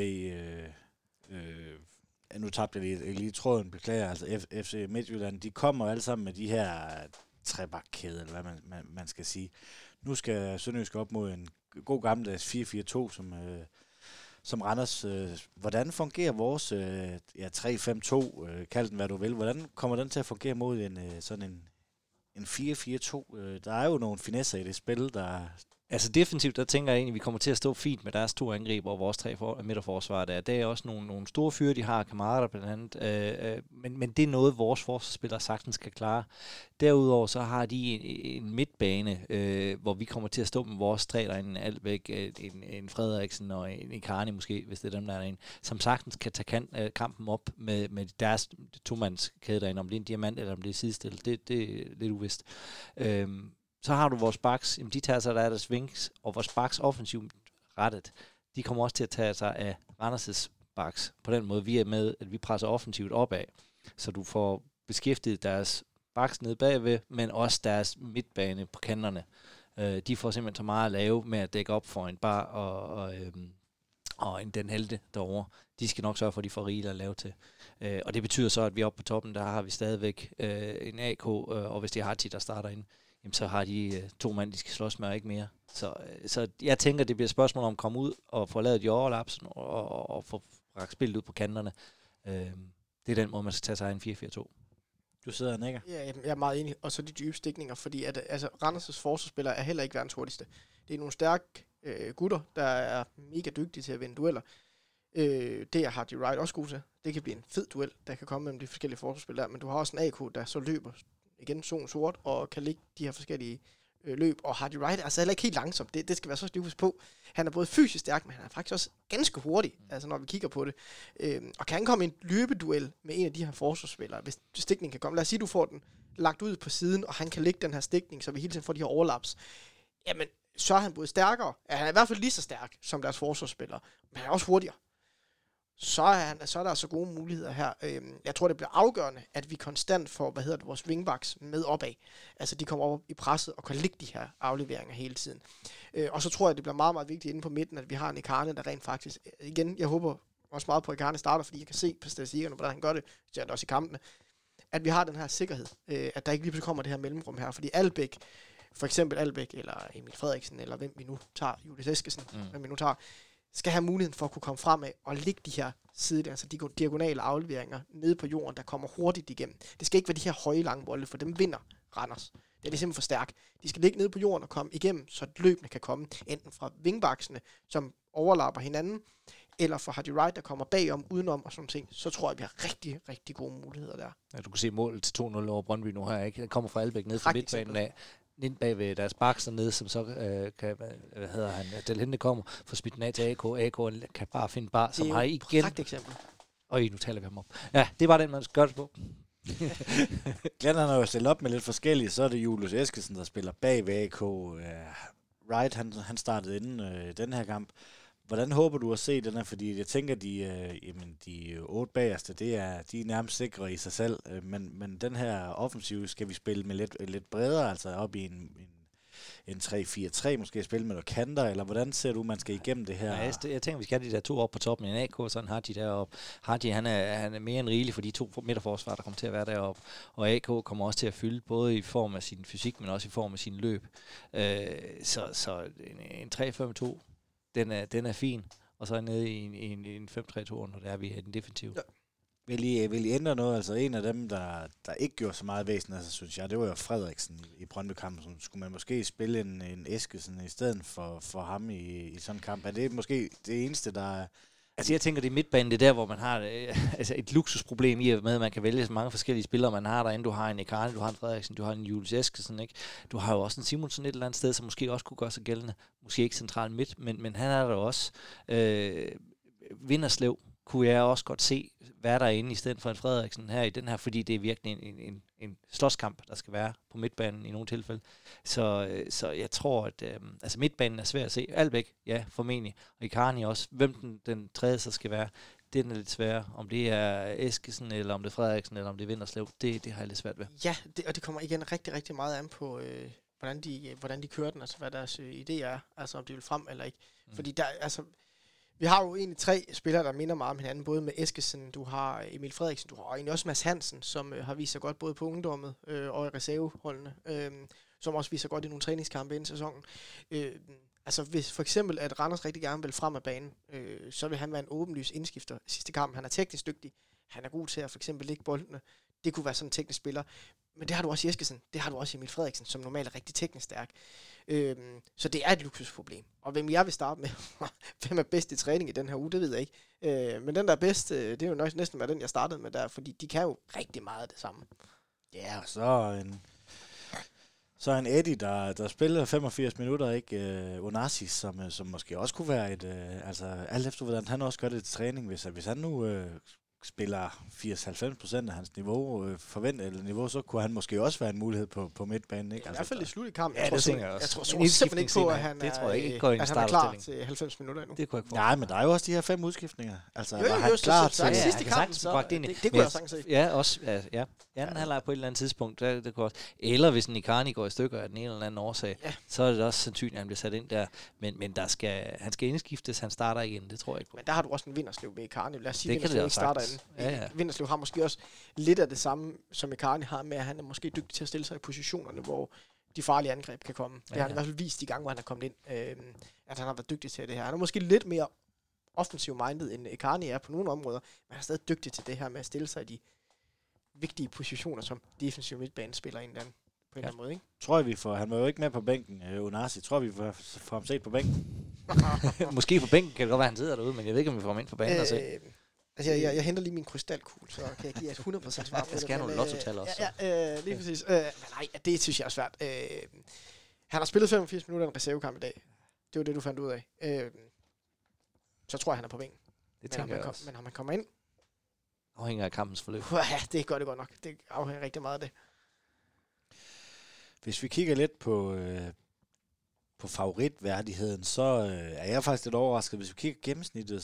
nu tabte jeg lige tråden, beklager, altså FC Midtjylland, de kommer alle sammen med de her trebakkæder, eller hvad man skal sige. Nu skal Sønderjysk op mod en god gammeldags 4-4-2, som Randers. Hvordan fungerer vores 3-5-2, kald den hvad du vil, hvordan kommer den til at fungere mod en 4-4-2? Der er jo nogle finesser i det spil, der... Altså defensivt, der tænker jeg egentlig, at vi kommer til at stå fint med deres 2 angriber og vores 3 midterforsvar der. Det er også nogle store fyre, de har, kammerater blandt andet, men det er noget, vores forsvarsspillere sagtens kan klare. Derudover så har de en midtbane, hvor vi kommer til at stå med vores 3 derinde, Albæk, en Frederiksen og en Icarni måske, hvis det er dem, der er derinde, som sagtens kan tage kampen op med deres 2-mandskæde derinde, om det er en diamant eller om det er sidestillet. Det er lidt uvist. Så har du vores backs, de tager sig af deres wings, og vores backs offensivt rettet, de kommer også til at tage sig af Randers' backs. På den måde, vi er med, at vi presser offensivt opad, så du får beskæftiget deres backs nede bagved, men også deres midtbane på kanterne. De får simpelthen så meget at lave med at dække op for en Bar og den helte derovre, de skal nok sørge for, at de får rigeligt at lave til. Og det betyder så, at vi oppe på toppen, der har vi stadigvæk en AK, og hvis det er Haji, der starter ind, jamen, så har de 2 mand, de skal slås med, og ikke mere. Så jeg tænker, det bliver et spørgsmål om at komme ud og få lavet de overlaps, og få rakt spillet ud på kanterne. Det er den måde, man skal tage sig af en 4-4-2. Du sidder og nikker. Ja, jeg er meget enig. Og så de dybe stikninger, fordi at, altså, Randers' forsvarsspillere er heller ikke verdens hurtigste. Det er nogle stærke gutter, der er mega dygtige til at vinde dueller. Det er Hardy Wright også god til. Det kan blive en fed duel, der kan komme mellem de forskellige forsvarsspillere. Men du har også en AK, der så løber igen zone sort, og kan ligge de her forskellige løb. Og Hardy Wright er altså heller ikke helt langsom. Det skal være så stivs på. Han er både fysisk stærk, men han er faktisk også ganske hurtig, altså når vi kigger på det. Og kan han komme i en løbeduel med en af de her forsvarsspillere, hvis stikningen kan komme. Lad os sige, du får den lagt ud på siden, og han kan lægge den her stikning, så vi hele tiden får de her overlaps. Jamen, så er han både stærkere. Ja, han er i hvert fald lige så stærk som deres forsvarsspillere, men han er også hurtigere. Så er der altså gode muligheder her. Jeg tror, det bliver afgørende, at vi konstant får, vores wingbacks med opad. Altså, de kommer op i presset og kan lægge de her afleveringer hele tiden. Og så tror jeg, det bliver meget, meget vigtigt inde på midten, at vi har en Ikane, der rent faktisk... Igen, jeg håber også meget på, at Ikane starter, fordi jeg kan se på statistikkerne, hvordan han gør det, så er det også i kampene, at vi har den her sikkerhed. At der ikke lige pludselig kommer det her mellemrum her. Fordi Albæk, for eksempel Albæk, eller Emil Frederiksen, eller hvem vi nu tager, Julius Eskesen, hvem vi nu tager, skal have muligheden for at kunne komme fremad og lægge de her side, altså de diagonale afleveringer nede på jorden, der kommer hurtigt igennem. Det skal ikke være de her høje lange bolde, for dem vinder Randers. Det er simpelthen for stærkt. De skal ligge nede på jorden og komme igennem, så løbende kan komme enten fra wingbacksene, som overlapper hinanden, eller fra Hardy Wright, der kommer bagom, udenom og sådan ting. Så tror jeg, vi har rigtig, rigtig gode muligheder der. Ja, du kan se målet til 2-0 over Brøndby nu her, ikke? Den kommer fra Albæk ned fra midtbanen af. Ind bag ved deres baks dernede, som så kan, Del Hente kommer, får smidt den af til AK. AK kan bare finde bar, som har igen... Det er eksempel. Og nu taler vi ham op. Ja, det var den, man skal gøre det på. Glenn har jo stillet op med lidt forskellige, så er det Julius Eskesen, der spiller bag ved AK. Wright, han startede inden den her kamp. Hvordan håber du at se den her? Fordi jeg tænker, de 8 bagerste, de er nærmest sikre i sig selv. Men den her offensiv skal vi spille med lidt bredere, altså op i en 3-4-3, måske spille med noget kanter, eller hvordan ser du, man skal igennem det her? Ja, jeg tænker, vi skal have de der 2 op på toppen i en AK, sådan Haji deroppe. Haji, han er mere end rigelig for de 2 midterforsvar, der kommer til at være deroppe. Og AK kommer også til at fylde, både i form af sin fysik, men også i form af sin løb. Så en 3-5-2, den er fin, og så nede i en 5-3-2, når det er, vi har den defensive. Ja. Vil I ændre noget? Altså en af dem, der ikke gjorde så meget væsen, altså, synes jeg, det var jo Frederiksen i Brøndby-kampen. Så skulle man måske spille en Eskesen i stedet for ham i sådan en kamp? Er det måske det eneste, der er... Altså jeg tænker, det er midtbanen, det er der, hvor man har et luksusproblem i med, at man kan vælge så mange forskellige spillere, man har derinde. Du har en Ikane, du har en Frederiksen, du har en Julius Eskesen, ikke? Du har jo også en Simonsen et eller andet sted, som måske også kunne gøre sig gældende. Måske ikke central midt, men han er der også. Vinderslev kunne jeg også godt se være derinde i stedet for en Frederiksen her i den her, fordi det er virkelig en slåskamp, der skal være på midtbanen i nogle tilfælde. Så jeg tror, at midtbanen er svær at se. Albæk, ja, formentlig. Og Ikani også. Hvem den tredje så skal være, den er lidt sværere. Om det er Eskesen, eller om det er Frederiksen, eller om det er Vinderslev, det har jeg lidt svært ved. Ja, og det kommer igen rigtig, rigtig meget an på, hvordan de kører den, altså hvad deres idé er, altså om de vil frem eller ikke. Fordi der, altså... Vi har jo egentlig 3 spillere, der minder meget om hinanden, både med Eskesen, du har Emil Frederiksen, du har egentlig også Mads Hansen, som har vist sig godt både på ungdommet og i reserveholdene, som også viser godt i nogle træningskampe inden sæsonen. Altså hvis for eksempel, at Randers rigtig gerne vil frem af banen, så vil han være en åbenlys indskifter. Sidste kamp, han er teknisk dygtig, han er god til at for eksempel lægge boldene. Det kunne være sådan en teknisk spiller. Men det har du også i Eskesen, det har du også i Emil Frederiksen, som normalt er rigtig teknisk stærk. Så det er et luksusproblem. Og hvem jeg vil starte med, hvem er bedst i træning i den her uge, det ved jeg ikke. Men den der er bedst, det er jo næsten være den, jeg startede med der, fordi de kan jo rigtig meget af det samme. Ja, og så en Eddie, der spiller 85 minutter, ikke? Onassis, som måske også kunne være et... altså alt efter, hvordan han også gør det til træning, hvis han nu spiller 80-90% af hans niveau, forventet niveau, så kunne han måske også være en mulighed på midtbanen. Ikke? I hvert fald i slut i kampen. Ja, det tænker jeg også. Jeg tror simpelthen ikke på, at han det tror jeg ikke er, går at han er klar til 90 minutter endnu. Det kunne jeg ikke Nej, men der er jo også de her 5 udskiftninger. Altså, Jo, var han klar til... Ja, sidste kampen, så det kunne jeg sagtens se. Ja, også. Ja. Den halvleg på et eller andet tidspunkt. Det kunne også. Eller hvis Nikani går i stykker af den ene eller anden årsag, så er det også sandsynligt, at han bliver sat ind der. Men han skal indskiftes, han starter igen. Det tror jeg ikke på. Men der har du også en Vinderslev med Icarni. Lad os sige, at Vinderslev ikke starter inden. Ja. Vinderslev har måske også lidt af det samme, som Icarni har med, at han er måske dygtig til at stille sig i positionerne, hvor de farlige angreb kan komme. Det har han i hvert fald vist de gange, hvor han er kommet ind, at han har været dygtig til det her. Han er måske lidt mere offensiv-minded, end Icarni er på nogle områder, men han er stadig dygtig til det her med at stille sig i de vigtige positioner, som defensiv midtbanespiller på en eller anden måde, ikke? Tror jeg, vi får... Han var jo ikke med på bænken, Onasi. Tror vi får ham set på bænken? Måske på bænken kan det godt være, han sidder derude, men jeg ved ikke, om vi får ham ind på banen og se. Altså, jeg henter lige min krystalkugle, så kan jeg give jer 100% svar på det. Jeg skal have nogle lottotal også. Ja, lige præcis. Men nej, det synes jeg er svært. Han har spillet 85 minutter en reservekamp i dag. Det var det, du fandt ud af. Så tror jeg, han er på bænken. Det tænker jeg også. Men når man kommer ind... Afhænger af kampens forløb. Ja, det gør det godt nok. Det afhænger rigtig meget af det. Hvis vi kigger lidt på favoritværdigheden, så er jeg faktisk lidt overrasket. Hvis vi kigger gennemsnittet,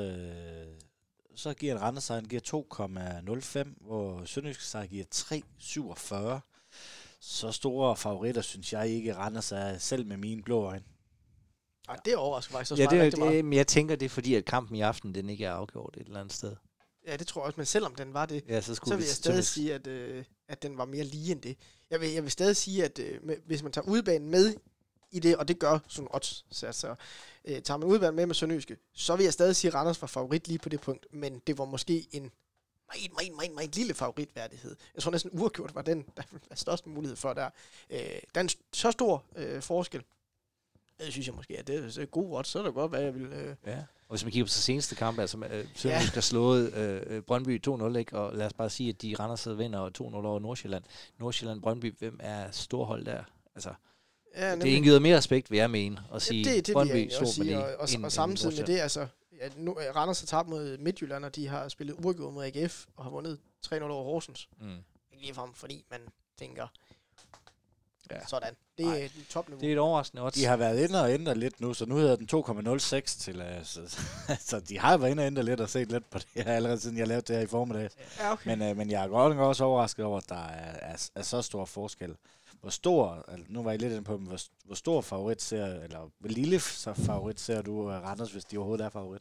så giver en Randers sejr, giver 2,05, hvor Sønderjyske sejr giver 3,47. Så store favoritter, synes jeg ikke, Randers er, selv med mine blå øjne. Ej, det overrasker faktisk også rigtig meget. Men jeg tænker, det er fordi, at kampen i aften, den ikke er afgjort et eller andet sted. Ja, det tror jeg også, men selvom den var det, ja, så vil jeg stadig sige, at den var mere lige end det. Jeg vil stadig sige, at hvis man tager udbanen med i det, og det gør sådan odds, så tager man udbanen med Sønderjyske, så vil jeg stadig sige, at Randers var favorit lige på det punkt, men det var måske en meget lille favoritværdighed. Jeg tror næsten uafgjort var den, der var største mulighed for der. Der er en så stor forskel. Det synes jeg måske, at det er god odds, så er det godt, hvad jeg vil... Ja. Og hvis man kigger på så seneste kamp, altså Sønderjysk har slået Brøndby 2-0, ikke? Og lad os bare sige, at de Randers vinder 2-0 over Nordsjælland. Nordsjælland-Brøndby, hvem er storhold der? Altså, det indgyder mere respekt, vil jeg mene, at sige, det Brøndby slog med det. Og samtidig med det, altså, Randers har tabt mod Midtjylland, og de har spillet uafgjort mod AGF, og har vundet 3-0 over Horsens. Ikke ligefrem, fordi man tænker... Ja. Sådan. Det er topniveau. Det er et overraskende odds. De har været inde og ændre lidt nu, så nu hedder den 2,06 til... så de har været inde og ændre lidt og set lidt på det her, allerede siden jeg lavede det her i formiddag. Ja, okay. Men jeg er godt nok også overrasket over, at der er så stor forskel. Hvor stor, nu var jeg lidt inde på, hvor stor favorit ser, eller hvor lille favorit ser du Randers, hvis de overhovedet er favorit?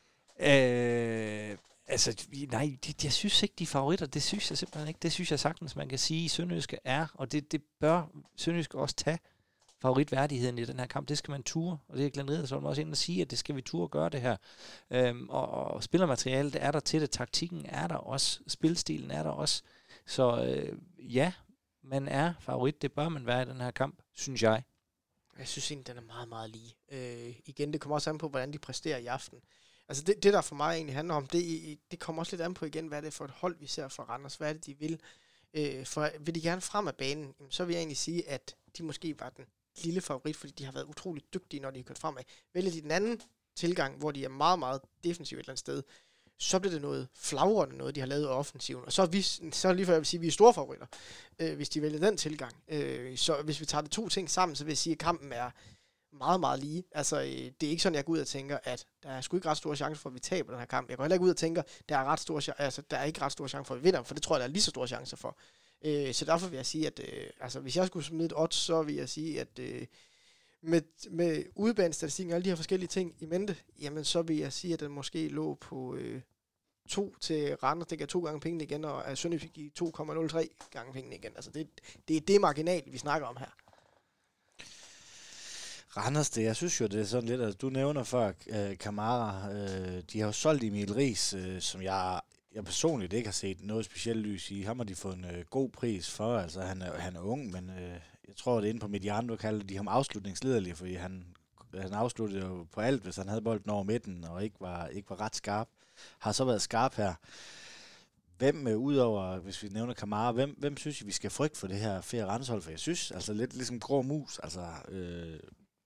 Altså, nej, jeg synes ikke, de er favoritter. Det synes jeg simpelthen ikke. Det synes jeg sagtens, man kan sige, Sønderjyske er, og det bør Sønderjyske også tage favoritværdigheden i den her kamp. Det skal man ture, og det er Glenn Riddersholm også ind og sige, at det skal vi ture gøre det her. Og spillermaterialet er der til det, taktikken er der også, spilstilen er der også. Så ja, man er favorit, det bør man være i den her kamp, synes jeg. Jeg synes egentlig, den er meget, meget lige. Igen, det kommer også an på, hvordan de præsterer i aften. Altså det der for mig egentlig handler om, det kommer også lidt an på igen, hvad det er for et hold, vi ser fra Randers. Hvad er det, de vil? For vil de gerne frem af banen, så vil jeg egentlig sige, at de måske var den lille favorit, fordi de har været utroligt dygtige, når de har kørt fremad. Vælger de den anden tilgang, hvor de er meget, meget defensive et eller andet sted, så bliver det noget flagrende noget, de har lavet i offensiven. Og så lige før jeg vil sige, at vi er store favoritter, hvis de vælger den tilgang. Så hvis vi tager de to ting sammen, så vil jeg sige, at kampen er meget, meget lige. Altså, det er ikke sådan, jeg går ud og tænker, at der er sgu ikke ret store chancer for, at vi taber den her kamp. Jeg går heller ikke ud og tænker, der er ikke ret store chancer for, at vi vinder, for det tror jeg, der er lige så store chancer for. Så derfor vil jeg sige, at hvis jeg skulle smide et odds, så vil jeg sige, at med udebanestatistikken og alle de her forskellige ting i mente, jamen så vil jeg sige, at den måske lå på 2 til Randers, det gav 2 gange pengene igen, og at Sønderjysk give 2,03 gange pengene igen. Altså det er det marginal, vi snakker om her. Randers, jeg synes jo, det er sådan lidt, altså du nævner før Kamara, de har jo solgt Emil Riis, som jeg personligt ikke har set noget specielt lys i. Ham har de fået en god pris for, altså han er ung, men jeg tror, det er inde på Mediano, kalder de ham afslutningslederlig, fordi han afsluttede jo på alt, hvis han havde bolden over midten, og ikke var ret skarp. Har så været skarp her. Hvem, udover, hvis vi nævner Kamara, hvem synes I, vi skal frygte for det her Ferie Randers hold? For jeg synes, altså lidt ligesom grå mus, altså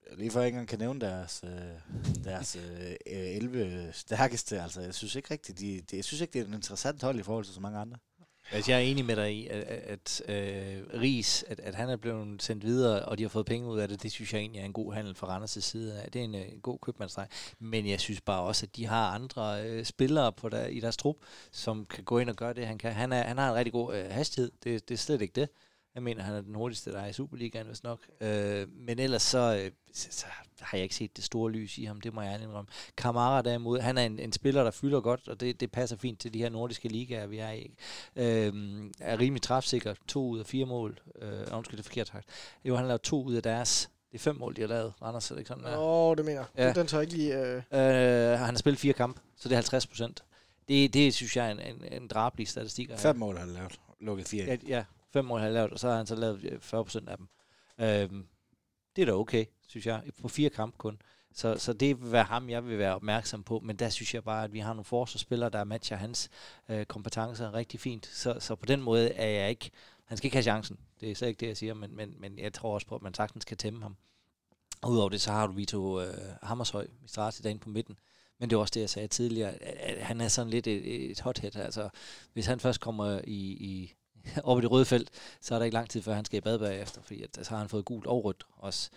lige før jeg ikke engang kan nævne deres 11 stærkeste. Altså, jeg synes ikke rigtigt, jeg synes ikke, det er en interessant hold i forhold til så mange andre. Altså, jeg er enig med dig i, at Riis, at han er blevet sendt videre, og de har fået penge ud af det, det synes jeg egentlig er en god handel fra Randers' side. Det er en god købmandsdrej. Men jeg synes bare også, at de har andre spillere i deres trup, som kan gå ind og gøre det, han kan. Han har en rigtig god hastighed. Det er slet ikke det. Jeg mener, han er den hurtigste, der er i Superligaen, hvis nok. Men ellers så har jeg ikke set det store lys i ham, det må jeg indrømme. Kamara derimod, han er en spiller, der fylder godt, og det passer fint til de her nordiske ligaer, vi er i. Er rimelig træfsikker, 2 ud af 4 mål. Undskyld, det er forkert sagt. Jo, han har lavet 2 ud af deres. Det er 5 mål, de har lavet. Randers, er det ikke sådan? Det mener jeg. Ja. Den tager ikke lige... Han har spillet 4 kampe, så det er 50%. Det synes jeg er en drabelig statistik. 5 mål har han lavet. Lukket 4. Ja, 5 mål har han lavet, og så har han så lavet 40% af dem. Det er da okay, synes jeg, på 4 kampe kun. Så det vil være ham, jeg vil være opmærksom på, men der synes jeg bare, at vi har nogle forsvarsspillere, der matcher hans kompetencer rigtig fint. Så på den måde er jeg ikke... Han skal ikke have chancen, det er slet ikke det, jeg siger, men jeg tror også på, at man sagtens kan tæmme ham. Og udover det, så har du Vito Hammershøj, Mistrati derinde på midten. Men det er også det, jeg sagde tidligere, at han er sådan lidt et hothead. Altså, hvis han først kommer op i det røde felt, så er der ikke lang tid før, han skal i bad bagefter, fordi så har han fået gult og rødt også.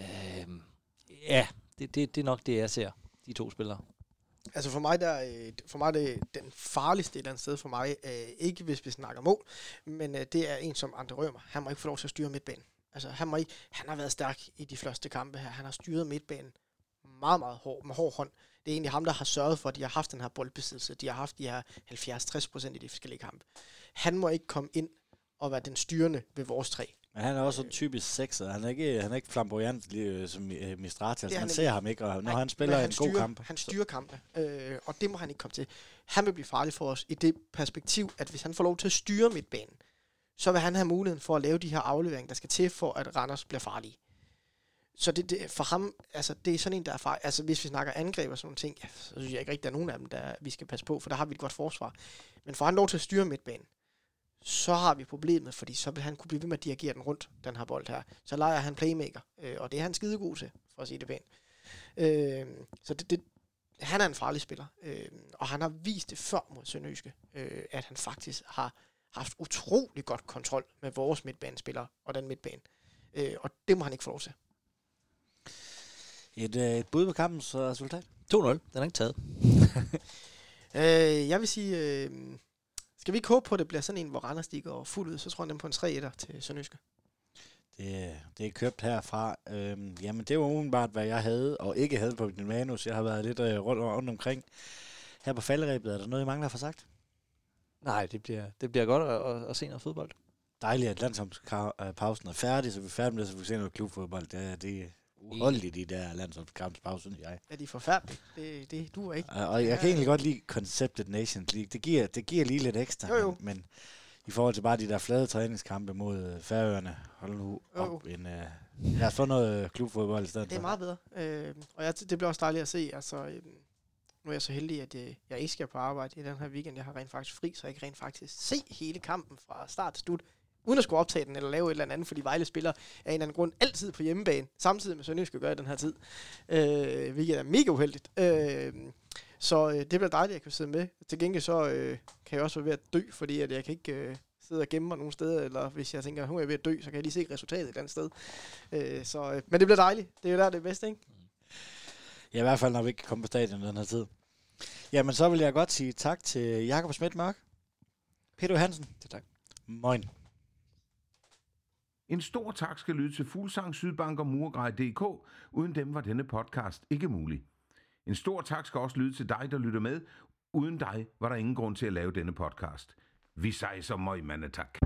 Det er nok det, jeg ser, de 2 spillere. Altså for mig er det den farligste et eller andet sted for mig, ikke hvis vi snakker mål, men det er en som Andre Rømer. Han må ikke få lov til at styre midtbanen. Altså han har været stærk i de første kampe her. Han har styret midtbanen meget, meget med hård hånd. Det er egentlig ham, der har sørget for, at de har haft den her boldbesiddelse. De har haft de her 70-60% i de forskellige kampe. Han må ikke komme ind og være den styrende ved vores 3. Men han er også en typisk sekser. Han er ikke flamboyant som Mistrati. Altså, man ser ham ikke, og når han spiller en god kamp. Han styrer kampen, og det må han ikke komme til. Han vil blive farlig for os i det perspektiv, at hvis han får lov til at styre midtbanen, så vil han have muligheden for at lave de her afleveringer, der skal til for, at Randers bliver farlige. Så det for ham, altså det er sådan en, der er farlig. Altså hvis vi snakker angreb og sådan nogle ting, så synes jeg ikke rigtig, der er nogen af dem, der vi skal passe på, for der har vi et godt forsvar. Men får han lov til at styre midtbanen, så har vi problemet, fordi så vil han kunne blive ved med at dirigere den rundt, den her bold her. Så leger han playmaker, og det er han skidegod til, for at sige det pænt. Så han er en farlig spiller, og han har vist det før mod Sønderjyske, at han faktisk har haft utrolig godt kontrol med vores midtbanespillere og den midtbane. Og det må han ikke få lov til. Et bud på kampens resultat? 2-0, den er ikke taget. Jeg vil sige... Skal vi ikke håbe på, at det bliver sådan en, hvor Randers de går fuld ud, så tror jeg dem på en 3-1'er til Sønderjyske. Det er købt herfra. Jamen, det var udenbart, hvad jeg havde og ikke havde på min manus. Jeg har været lidt rundt omkring. Her på falderæbet, er der noget, I mangler at få sagt? Nej, det bliver godt at se noget fodbold. Dejligt, at landsholdspausen er færdig, så vi er færdige med det, så vi kan se noget klubfodbold. Det er uholdeligt, de der landsholdskampspause, synes jeg. Ja, de er forfærdelige. Det duer ikke. Og jeg kan egentlig godt lide konceptet Nations League. Det giver lige lidt ekstra, jo. Men i forhold til bare de der flade træningskampe mod Færøerne, hold nu op lad os få noget klubfodbold i stedet. Det er meget bedre. Og det bliver også dejligt at se. Altså, nu er jeg så heldig, at jeg ikke skal på arbejde i den her weekend. Jeg har rent faktisk fri, så jeg kan rent faktisk se hele kampen fra start til slut, uden at skulle optage den eller lave et eller andet, fordi Vejle spiller af en eller anden grund altid på hjemmebane, samtidig med Sønderjyske gør i den her tid. Hvilket er mega uheldigt. Så det bliver dejligt, at jeg kan sidde med. Til gengæld så kan jeg også være ved at dø, fordi at jeg kan ikke sidde og gemme mig nogen steder, eller hvis jeg tænker, at hun er ved at dø, så kan jeg lige se resultatet et andet sted. Men det bliver dejligt. Det er jo der, det er bedst, ikke? Ja, i hvert fald, når vi ikke kan komme på stadion den her tid. Jamen, så vil jeg godt sige tak til Jakob Schmidt Mørk, Peter Hansen. Tak. Moin. En stor tak skal lyde til Fuglsang, Sydbank og Murgrej.dk. Uden dem var denne podcast ikke mulig. En stor tak skal også lyde til dig, der lytter med. Uden dig var der ingen grund til at lave denne podcast. Vi sejser møg, mandetak.